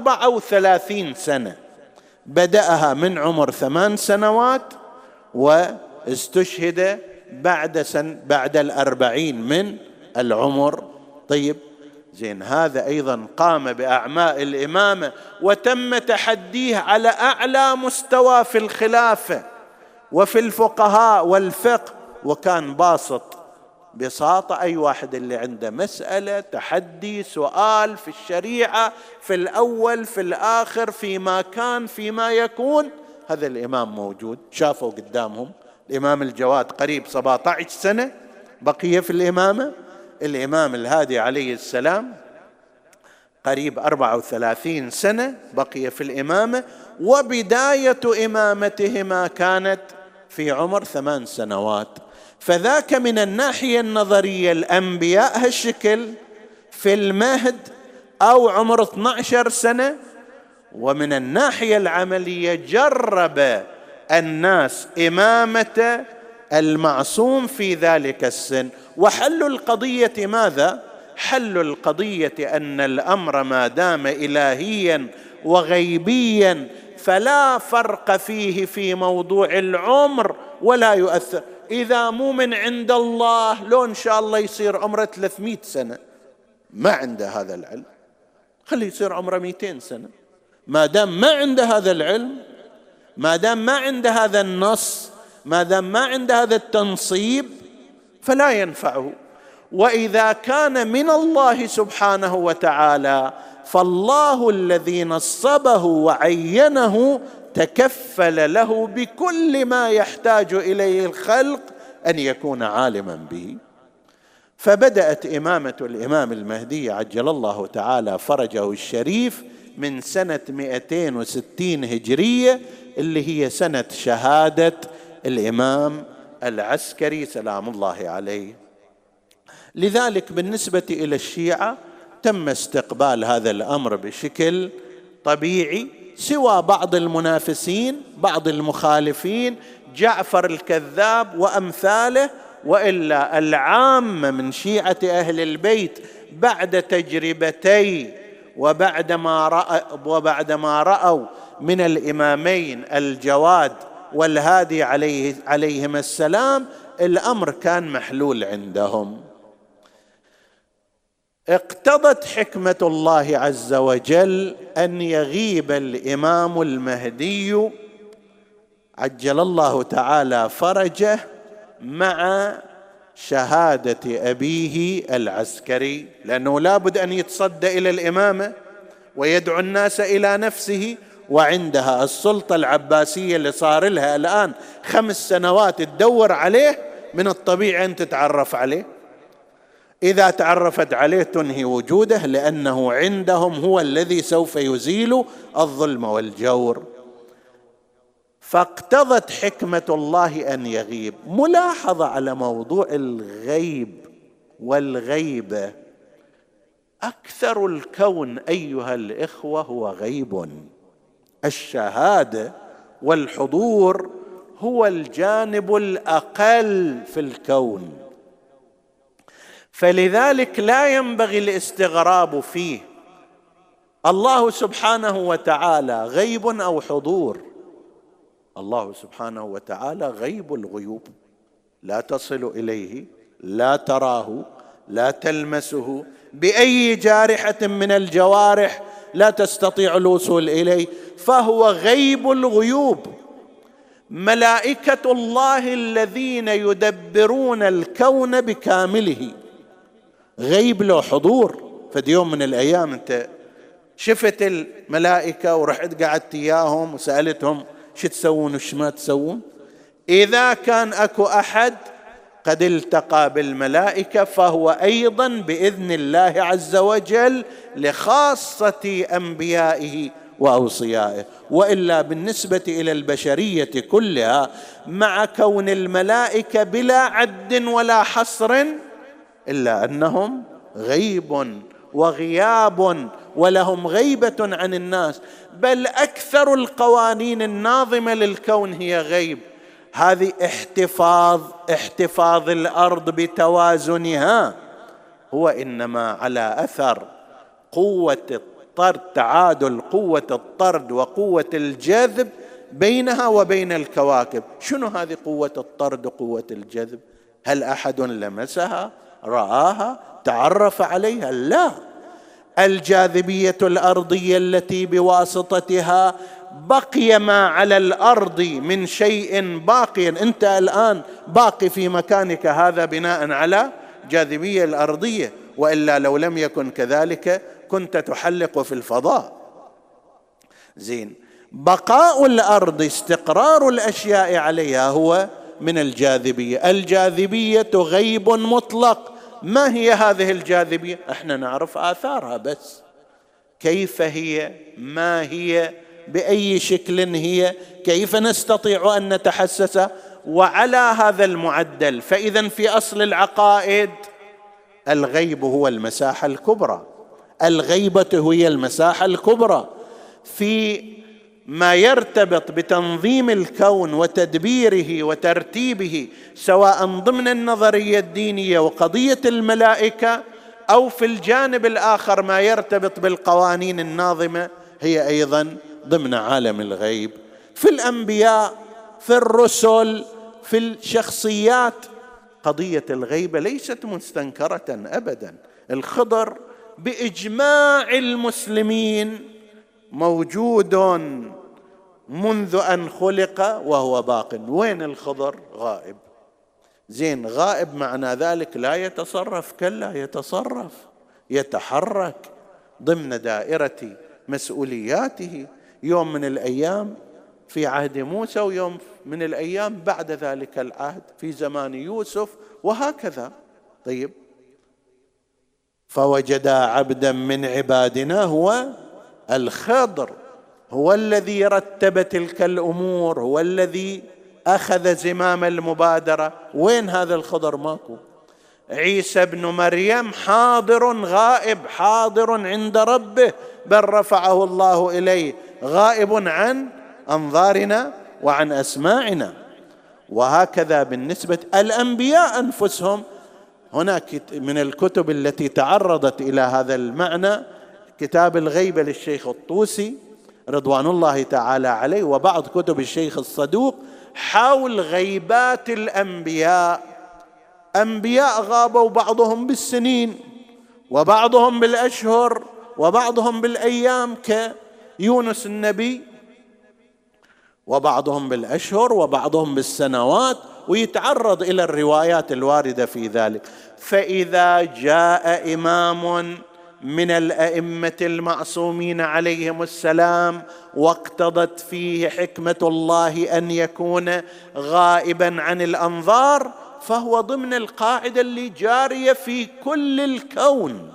34 سنة، بدأها من عمر 8 سنوات واستشهد بعد 40 من العمر. طيب، زين، هذا أيضا قام بأعمال الإمامة وتم تحديه على أعلى مستوى في الخلافة وفي الفقهاء والفقه، وكان بساطة أي واحد اللي عنده مسألة تحدي سؤال في الشريعة، في الأول في الآخر، فيما كان فيما يكون، هذا الإمام موجود. شافوا قدامهم الإمام الجواد قريب 17 سنة بقية في الإمامة، الإمام الهادي عليه السلام قريب 34 سنة بقي في الإمامة، وبداية إمامتهما كانت في عمر 8 سنوات. فذاك من الناحية النظرية الأنبياء هالشكل في المهد أو عمر 12 سنة. ومن الناحية العملية جرب الناس إمامة المعصوم في ذلك السن. وحل القضية ماذا؟ حل القضية أن الأمر ما دام إلهيا وغيبيا فلا فرق فيه في موضوع العمر ولا يؤثر. إذا مو من عند الله لو إن شاء الله يصير عمره 300 سنة، ما عنده هذا العلم، خليه يصير عمره 200 سنة. ما دام ما عنده هذا العلم، ما دام ما عنده هذا النص، ما دام ما عنده هذا التنصيب، فلا ينفعه. وإذا كان من الله سبحانه وتعالى، فالله الذي نصبه وعينه تكفل له بكل ما يحتاج إليه الخلق أن يكون عالما به. فبدأت إمامة الإمام المهدي عجل الله تعالى فرجه الشريف من سنة 260 هجرية، اللي هي سنة شهادة الإمام العسكري سلام الله عليه. لذلك بالنسبة إلى الشيعة تم استقبال هذا الأمر بشكل طبيعي، سوى بعض المنافسين بعض المخالفين جعفر الكذاب وأمثاله، وإلا العامة من شيعة أهل البيت بعد تجربتي وبعدما رأوا من الإمامين الجواد والهادي عليهما السلام الأمر كان محلول عندهم. اقتضت حكمة الله عز وجل أن يغيب الإمام المهدي عجل الله تعالى فرجه مع شهادة أبيه العسكري، لأنه لابد أن يتصدى إلى الإمامة ويدعو الناس إلى نفسه، وعندها السلطة العباسية اللي صار لها الآن 5 سنوات تدور عليه، من الطبيعي أن تتعرف عليه. إذا تعرفت عليه تنهي وجوده، لأنه عندهم هو الذي سوف يزيل الظلم والجور. فاقتضت حكمة الله أن يغيب. ملاحظة على موضوع الغيب والغيبة، أكثر الكون أيها الإخوة هو غيب. الشهادة والحضور هو الجانب الأقل في الكون، فلذلك لا ينبغي الاستغراب فيه. الله سبحانه وتعالى غيب أو حضور؟ الله سبحانه وتعالى غيب الغيوب، لا تصل إليه، لا تراه، لا تلمسه بأي جارحة من الجوارح، لا تستطيع الوصول إليه، فهو غيب الغيوب. ملائكة الله الذين يدبرون الكون بكامله غيب له حضور. فدي يوم من الأيام أنت شفت الملائكة ورحت قعدت إياهم وسألتهم شو تسوون وش ما تسوون؟ إذا كان أكو أحد قد التقى بالملائكة فهو أيضا بإذن الله عز وجل لخاصة أنبيائه وأوصيائه. وإلا بالنسبة إلى البشرية كلها، مع كون الملائكة بلا عد ولا حصر، إلا أنهم غيب وغياب ولهم غيبة عن الناس، بل أكثر القوانين الناظمة للكون هي غيب. هذه احتفاظ الأرض بتوازنها هو إنما على أثر قوة الطرد، تعادل قوة الطرد وقوة الجذب بينها وبين الكواكب. شنو هذه قوة الطرد وقوة الجذب؟ هل أحد لمسها، رآها، تعرف عليها؟ لا. الجاذبية الأرضية التي بواسطتها بقي ما على الأرض من شيء باقي. أنت الآن باقي في مكانك، هذا بناء على جاذبية الأرضية، وإلا لو لم يكن كذلك كنت تحلق في الفضاء. زين، بقاء الأرض استقرار الأشياء عليها هو من الجاذبية. الجاذبية غيب مطلق. ما هي هذه الجاذبية؟ احنا نعرف آثارها بس، كيف هي، ما هي، بأي شكل هي، كيف نستطيع أن نتحسس وعلى هذا المعدل. فإذا في أصل العقائد الغيب هو المساحة الكبرى، الغيبة هي المساحة الكبرى. في ما يرتبط بتنظيم الكون وتدبيره وترتيبه، سواء ضمن النظرية الدينية وقضية الملائكة، أو في الجانب الآخر ما يرتبط بالقوانين الناظمة، هي أيضا ضمن عالم الغيب. في الأنبياء، في الرسل، في الشخصيات، قضية الغيبة ليست مستنكرة أبدا. الخضر بإجماع المسلمين موجود منذ أن خلق وهو باق. وين الخضر؟ غائب. زين، غائب معنى ذلك لا يتصرف؟ كلا، يتصرف، يتحرك ضمن دائرة مسؤولياته، يوم من الأيام في عهد موسى، ويوم من الأيام بعد ذلك العهد في زمان يوسف، وهكذا. طيب، فوجدا عبدا من عبادنا هو الخضر، هو الذي رتب تلك الأمور، هو الذي أخذ زمام المبادرة. وين هذا الخضر؟ ماكو. عيسى ابن مريم حاضر غائب، حاضر عند ربه، بل رفعه الله إليه، غائب عن أنظارنا وعن أسماعنا. وهكذا بالنسبة الأنبياء أنفسهم. هناك من الكتب التي تعرضت إلى هذا المعنى كتاب الغيبة للشيخ الطوسي رضوان الله تعالى عليه، وبعض كتب الشيخ الصدوق حول غيبات الأنبياء. أنبياء غابوا بعضهم بالسنين وبعضهم بالأشهر وبعضهم بالأيام كيونس النبي، وبعضهم بالأشهر وبعضهم بالسنوات، ويتعرض إلى الروايات الواردة في ذلك. فإذا جاء إمام من الأئمة المعصومين عليهم السلام واقتضت فيه حكمة الله أن يكون غائبا عن الأنظار، فهو ضمن القاعدة اللي جارية في كل الكون.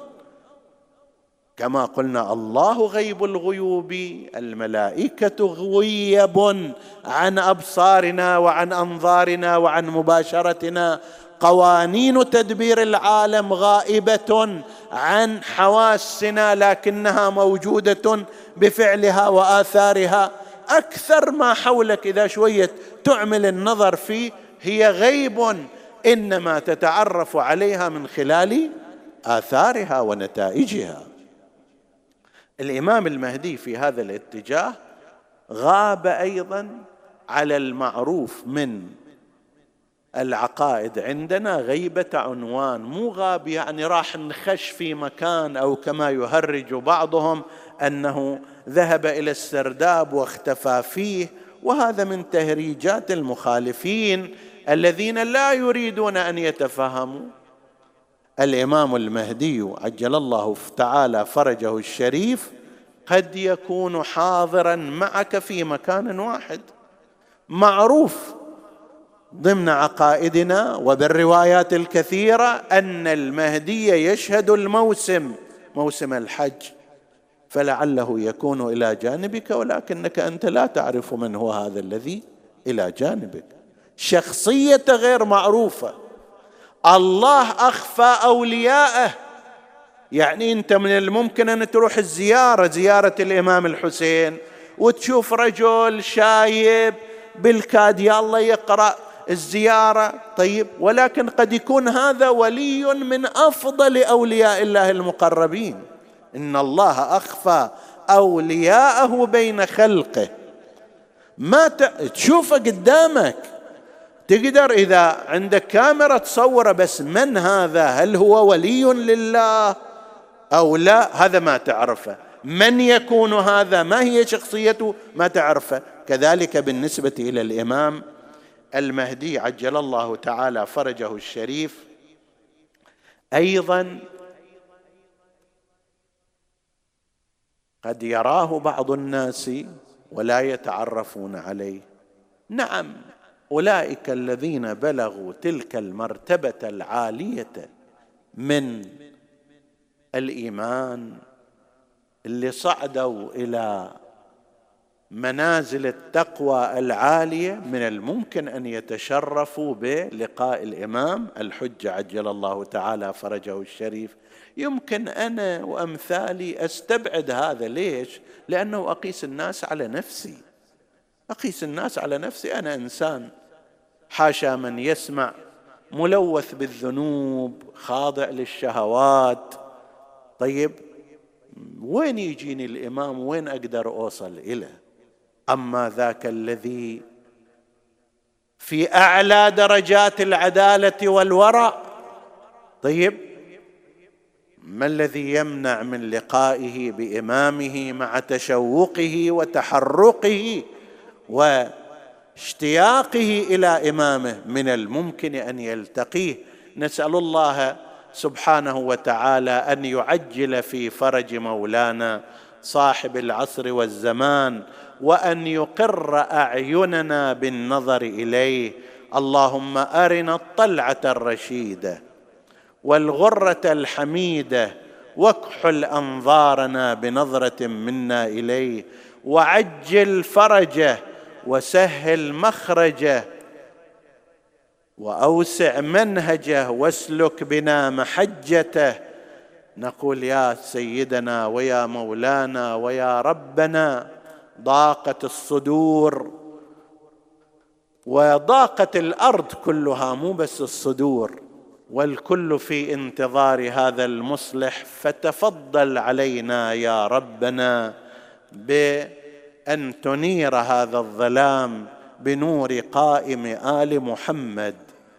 كما قلنا الله غيب الغيوب، الملائكة غيب عن أبصارنا وعن أنظارنا وعن مباشرتنا، قوانين تدبير العالم غائبة عن حواسنا لكنها موجودة بفعلها وآثارها. أكثر ما حولك إذا شوية تعمل النظر فيه هي غيب، إنما تتعرف عليها من خلال آثارها ونتائجها. الإمام المهدي في هذا الاتجاه غاب أيضا على المعروف من العقائد عندنا غيبة عنوان، مو غاب يعني راح نخش في مكان أو كما يهرج بعضهم أنه ذهب إلى السرداب واختفى فيه، وهذا من تهريجات المخالفين الذين لا يريدون أن يتفهموا. الإمام المهدي عجل الله تعالى فرجه الشريف قد يكون حاضرا معك في مكان واحد، معروف ضمن عقائدنا وبالروايات الكثيرة أن المهدي يشهد الموسم، موسم الحج، فلعله يكون إلى جانبك ولكنك أنت لا تعرف من هو هذا الذي إلى جانبك، شخصية غير معروفة. الله أخفى أولياءه، يعني أنت من الممكن أن تروح زيارة الإمام الحسين وتشوف رجل شايب بالكاد يلا يقرأ الزيارة، طيب، ولكن قد يكون هذا ولي من أفضل أولياء الله المقربين. إن الله أخفى أولياءه بين خلقه، ما تشوفه قدامك، تقدر إذا عندك كاميرا تصوره، بس من هذا؟ هل هو ولي لله أو لا؟ هذا ما تعرفه. من يكون هذا؟ ما هي شخصيته؟ ما تعرفه. كذلك بالنسبة إلى الإمام المهدي عجل الله تعالى فرجه الشريف، أيضا قد يراه بعض الناس ولا يتعرفون عليه. نعم، أولئك الذين بلغوا تلك المرتبة العالية من الإيمان، اللي صعدوا إلى منازل التقوى العالية، من الممكن أن يتشرفوا بلقاء الإمام الحجة عجل الله تعالى فرجه الشريف. يمكن أنا وأمثالي أستبعد هذا. ليش؟ لأنه أقيس الناس على نفسي، أقيس الناس على نفسي. أنا إنسان حاشا من يسمع، ملوث بالذنوب، خاضع للشهوات. طيب، وين يجيني الإمام؟ وين أقدر أوصل إليه؟ أما ذاك الذي في أعلى درجات العدالة والورع، طيب، ما الذي يمنع من لقائه بإمامه مع تشوقه وتحرقه واشتياقه إلى إمامه؟ من الممكن أن يلتقيه. نسأل الله سبحانه وتعالى أن يعجل في فرج مولانا صاحب العصر والزمان، وأن يقر أعيننا بالنظر إليه. اللهم أرنا الطلعة الرشيدة والغرة الحميدة، واكحل أنظارنا بنظرة منا إليه، وعجل فرجه وسهل مخرجه وأوسع منهجه واسلك بنا محجته. نقول يا سيدنا ويا مولانا ويا ربنا، ضاقت الصدور وضاقت الأرض كلها مو بس الصدور، والكل في انتظار هذا المصلح، فتفضل علينا يا ربنا بأن تنير هذا الظلام بنور قائم آل محمد.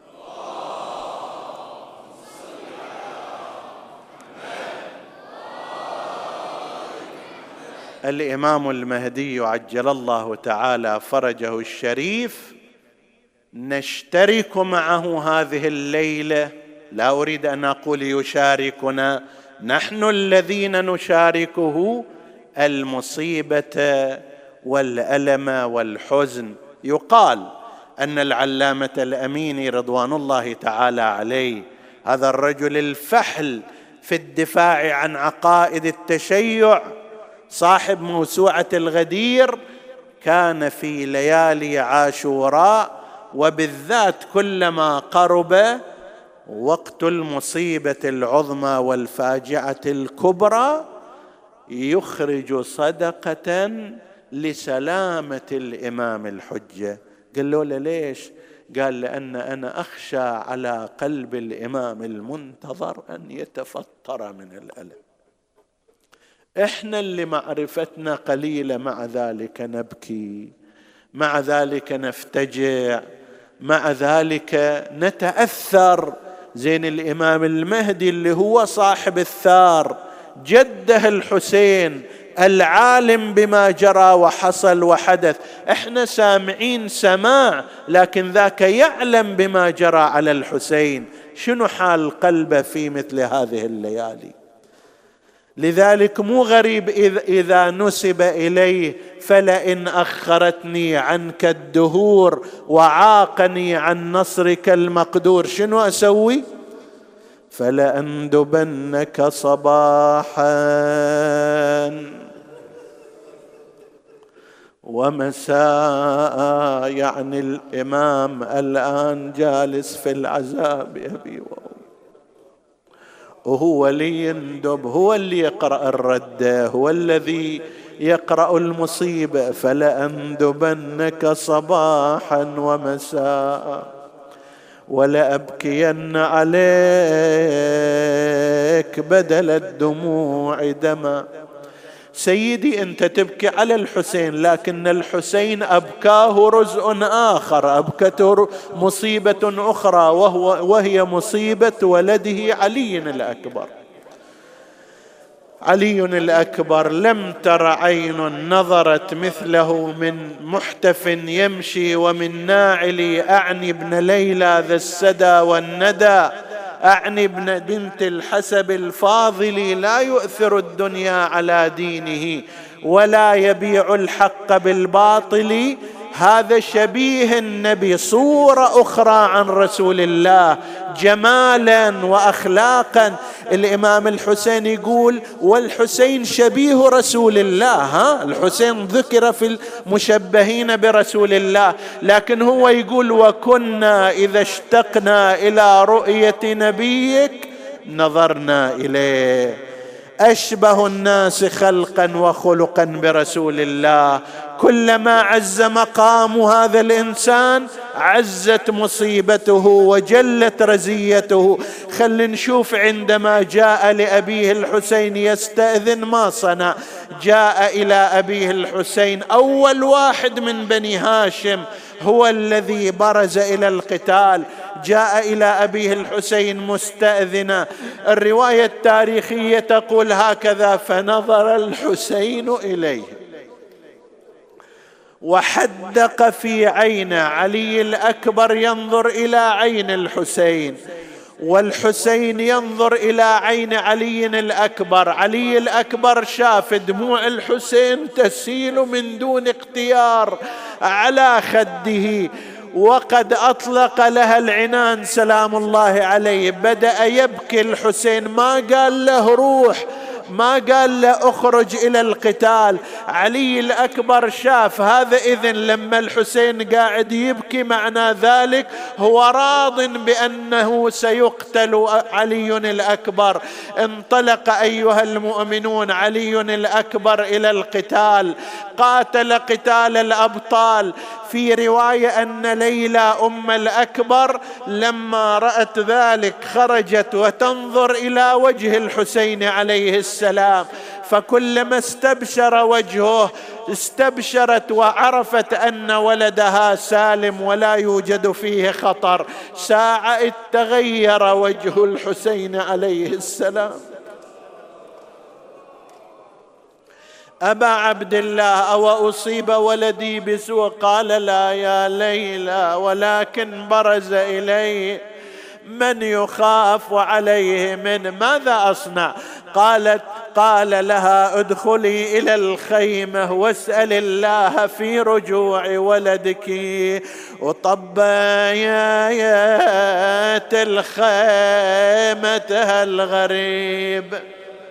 الإمام المهدي عجل الله تعالى فرجه الشريف نشترك معه هذه الليلة، لا أريد أن أقول يشاركنا، نحن الذين نشاركه المصيبة والألم والحزن. يقال أن العلامة الأميني رضوان الله تعالى عليه، هذا الرجل الفحل في الدفاع عن عقائد التشيع، صاحب موسوعة الغدير، كان في ليالي عاشوراء وبالذات كلما قرب وقت المصيبة العظمى والفاجعة الكبرى يخرج صدقة لسلامة الإمام الحجة. قال له ليش؟ قال لأن أنا أخشى على قلب الإمام المنتظر أن يتفطر من الألم. إحنا اللي معرفتنا قليلة مع ذلك نبكي، مع ذلك نفتجع، مع ذلك نتأثر. زين الإمام المهدي اللي هو صاحب الثار، جده الحسين العالم بما جرى وحصل وحدث، احنا سامعين سماع، لكن ذاك يعلم بما جرى على الحسين. شنو حال قلبه في مثل هذه الليالي؟ لذلك مو غريب إذا نسب إليه فلئن أخرتني عنك الدهور وعاقني عن نصرك المقدور، شنو أسوي؟ فلأندبنك صباحا ومساء. يعني الإمام الآن جالس في العذاب يا أبي، وهو اللي يندب، هو اللي يقرأ الردة، هو الذي يقرأ المصيبة. فلأندبنك صباحا ومساء ولأبكين عليك بدل الدموع دما. سيدي أنت تبكي على الحسين، لكن الحسين أبكاه رزء آخر، أبكته مصيبة أخرى، وهي مصيبة ولده علي الأكبر. علي الأكبر لم تر عين نظرت مثله من محتف يمشي ومن ناعل، أعني ابن ليلى ذا السدى والندى، أعني ابن بنت الحسب الفاضل، لا يؤثر الدنيا على دينه ولا يبيع الحق بالباطل. هذا شبيه النبي، صورة أخرى عن رسول الله جمالا وأخلاقا. الإمام الحسين يقول والحسين شبيه رسول الله، الحسين ذكر في المشبهين برسول الله، لكن هو يقول وكنا إذا اشتقنا إلى رؤية نبيك نظرنا إليه. أشبه الناس خلقا وخلقا برسول الله. كلما عز مقام هذا الإنسان عزت مصيبته وجلت رزيته. خلينا نشوف عندما جاء لأبيه الحسين يستأذن ما صنع. جاء إلى أبيه الحسين أول واحد من بني هاشم، هو الذي برز إلى القتال، جاء إلى أبيه الحسين مستأذنا. الرواية التاريخية تقول هكذا: فنظر الحسين إليه وحدق في عينه. علي الأكبر ينظر إلى عين الحسين، والحسين ينظر إلى عين علي الأكبر. علي الأكبر شاف دموع الحسين تسيل من دون اختيار على خده، وقد أطلق لها العنان سلام الله عليه. بدأ يبكي الحسين، ما قال له روح، ما قال له اخرج إلى القتال. علي الأكبر شاف هذا، إذن لما الحسين قاعد يبكي معنى ذلك هو راض بأنه سيقتل علي الأكبر. انطلق أيها المؤمنون علي الأكبر إلى القتال، قاتل قتال الأبطال. في رواية أن ليلى أم الأكبر لما رأت ذلك خرجت وتنظر إلى وجه الحسين عليه السلام، فكلما استبشر وجهه استبشرت وعرفت أن ولدها سالم ولا يوجد فيه خطر. ساعة تغير وجه الحسين عليه السلام. أبا عبد الله أو أصيب ولدي بسوء؟ قال لا يا ليلى، ولكن برز إلي من يخاف عليه من ماذا أصنع؟ قال لها ادخلي إلى الخيمة واسأل الله في رجوع ولدك. وطبيت الخيمة الغريب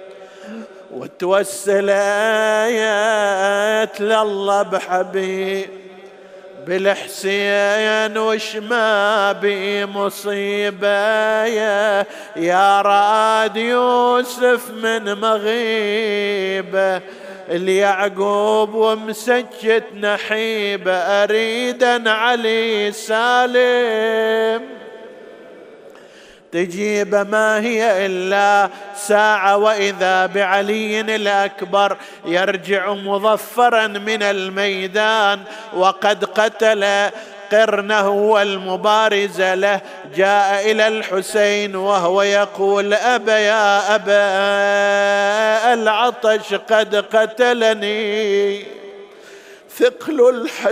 وتوسلت لله بحبيب بالحسين وش ما بي مصيبة يا راد يوسف من مغيبة اليعقوب ومسجت نحيبة أريدا علي سالم تجيب. ما هي إلا ساعة وإذا بعلي الأكبر يرجع مظفرا من الميدان وقد قتل قرنه والمبارز له. جاء إلى الحسين وهو يقول أبا يا أبا العطش قد قتلني، ثقل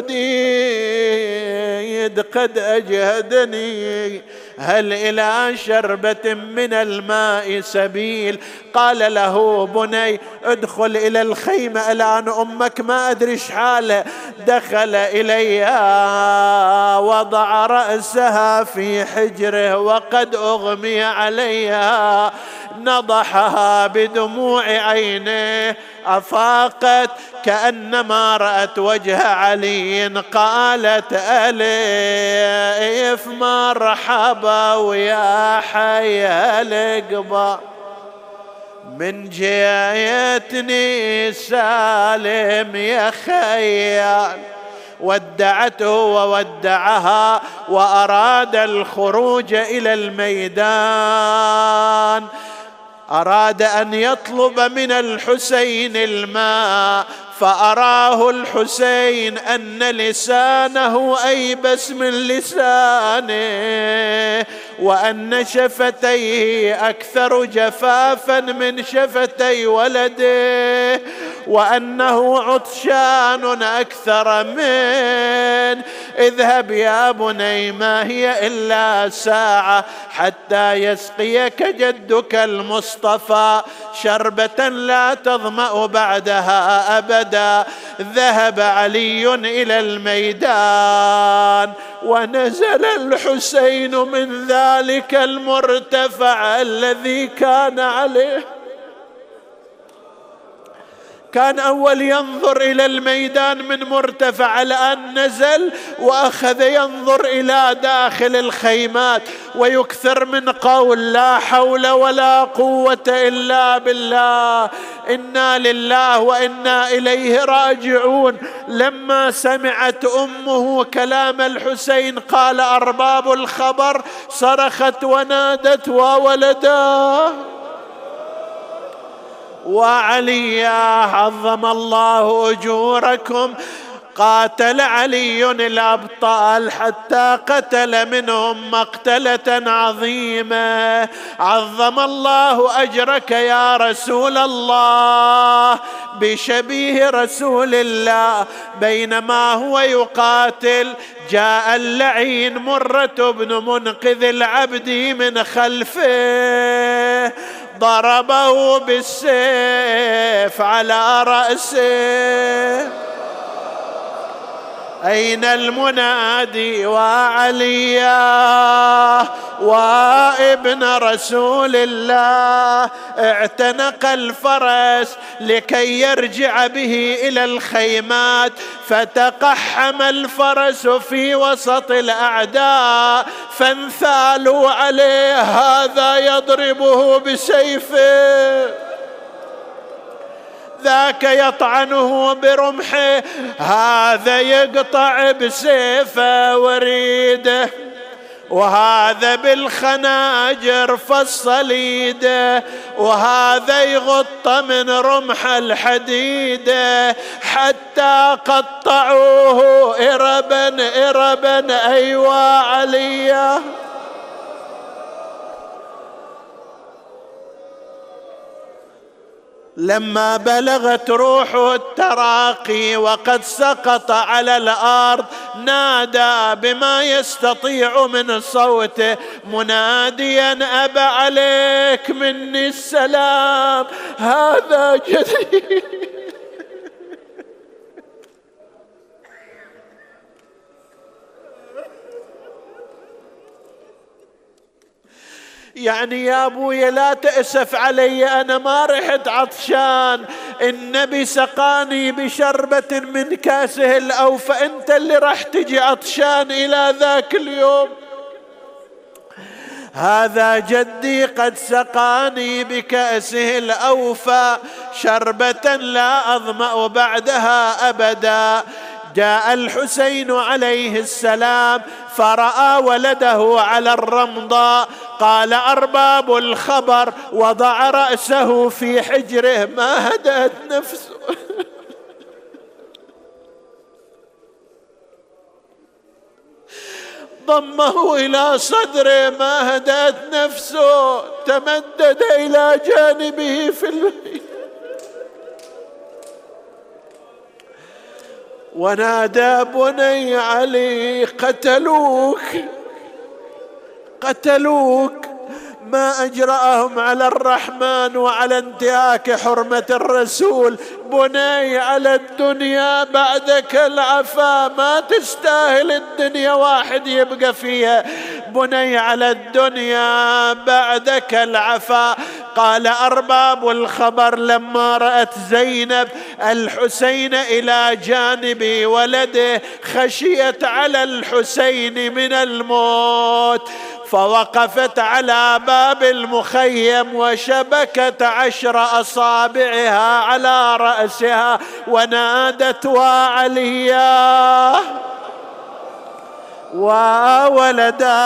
الحديد قد أجهدني، هل إلى شربة من الماء سبيل؟ قال له بني ادخل إلى الخيمة الآن، أمك ما أدري إيش حاله. دخل إليها وضع رأسها في حجره وقد أغمي عليها، نضحها بدموع عينيه، أفاقت كأنما رأت وجه علي. قالت ألف مرحبا ويا حي القبا، من جيتني سالم يا خيال. ودعته وودعها وأراد الخروج إلى الميدان، أراد أن يطلب من الحسين الماء، فأراه الحسين أن لسانه أيبس من لسانه، وأن شفتيه أكثر جفافا من شفتي ولده، وأنه عطشان أكثر من. اذهب يا بني، ما هي إلا ساعة حتى يسقيك جدك المصطفى شربة لا تظمأ بعدها أبدا. ذهب علي إلى الميدان ونزل الحسين من ذلك المرتفع الذي كان عليه. كان أول ينظر إلى الميدان من مرتفع، الآن نزل وأخذ ينظر إلى داخل الخيمات ويكثر من قول لا حول ولا قوة إلا بالله، إنا لله وإنا إليه راجعون. لما سمعت أمه كلام الحسين قال أرباب الخبر صرخت ونادت وولدا وعليا عظم الله أجوركم. قاتل علي الأبطال حتى قتل منهم مقتلة عظيمة. عظم الله أجرك يا رسول الله بشبيه رسول الله. بينما هو يقاتل جاء اللعين مرة بن منقذ العبد من خلفه، ضربه بالسيف على رأسه. أين المنادي وعليا وابن رسول الله. اعتنق الفرس لكي يرجع به إلى الخيمات، فتقحم الفرس في وسط الأعداء فانثالوا عليه، هذا يضربه بسيفه، ذاك يطعنه برمحه، هذا يقطع بسيفه وريده، وهذا بالخناجر فالصليده، وهذا يغط من رمح الحديده، حتى قطعوه إربا إربا. أيوا عليا. لما بلغت روحه التراقي وقد سقط على الأرض، نادى بما يستطيع من صوته مناديا: أبا عليك مني السلام، هذا جدي. يعني يا أبوي لا تأسف علي، أنا ما رحت عطشان، النبي سقاني بشربة من كاسه الأوفى، أنت اللي راح تجي عطشان إلى ذاك اليوم. هذا جدي قد سقاني بكأسه الأوفى شربة لا أظمأ بعدها أبدا. جاء الحسين عليه السلام فرأى ولده على الرمضاء، قال أرباب الخبر، وضع رأسه في حجره، ما هدأت نفسه. ضمه إلى صدره، ما هدأت نفسه، تمدد إلى جانبه في البيت ونادى: بني علي، قتلوك قتلوك. ما أجرأهم على الرحمن وعلى انتهاك حرمة الرسول. بني على الدنيا بعدك العفا، ما تستاهل الدنيا واحد يبقى فيها، بني على الدنيا بعدك العفا. قال أرباب الخبر لما رأت زينب الحسين إلى جانب ولده خشيت على الحسين من الموت، فوقفت على باب المخيم وشبكت 10 أصابعها على رأسها ونادت: وعليا وولدا.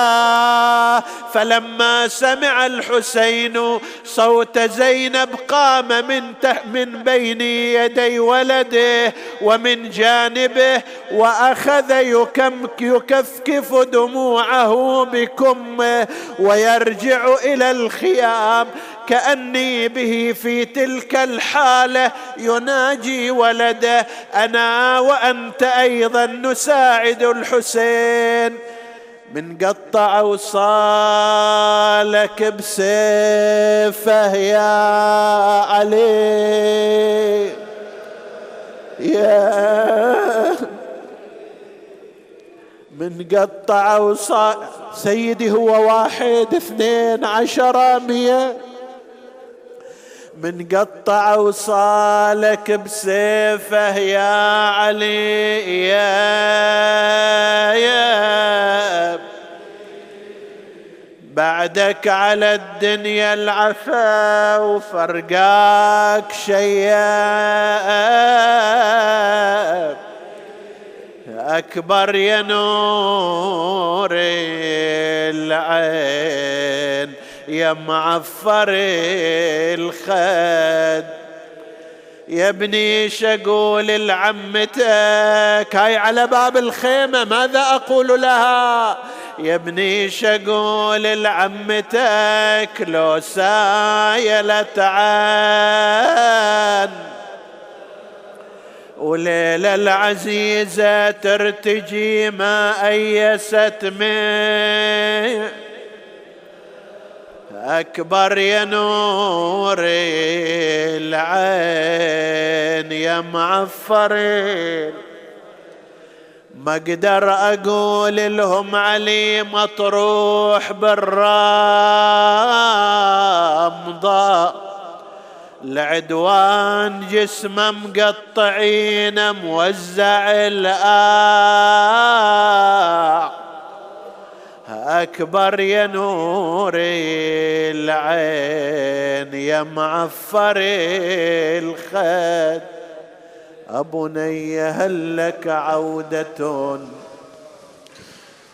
فلما سمع الحسين صوت زينب قام من بين يدي ولده ومن جانبه، وأخذ يكفكف دموعه بكمه ويرجع إلى الخيام، كأني به في تلك الحالة يناجي ولده: أنا وأنت أيضا نساعد الحسين. من قطع وصالك بسيفه يا علي، يا من قطع وصال سيدي، هو 1 2 10 100. من قطع وصالك بسيفه يا علي، يا بعدك على الدنيا العفا وفرقاك شياب أكبر يا نور العين يا معفر الخد. يا ابني شقول لعمتك هاي على باب الخيمة، ماذا أقول لها؟ يا ابني شقول لعمتك لو سايلت عن وليلة العزيزة ترتجي ما أيست من أكبر يا نور العين يا معفر. ما اقدر اقول لهم علي مطروح بالرامضة، العدوان جسمه مقطعين موزع أكبر يا نور العين يا معفر الخد، أبني هل لك عودة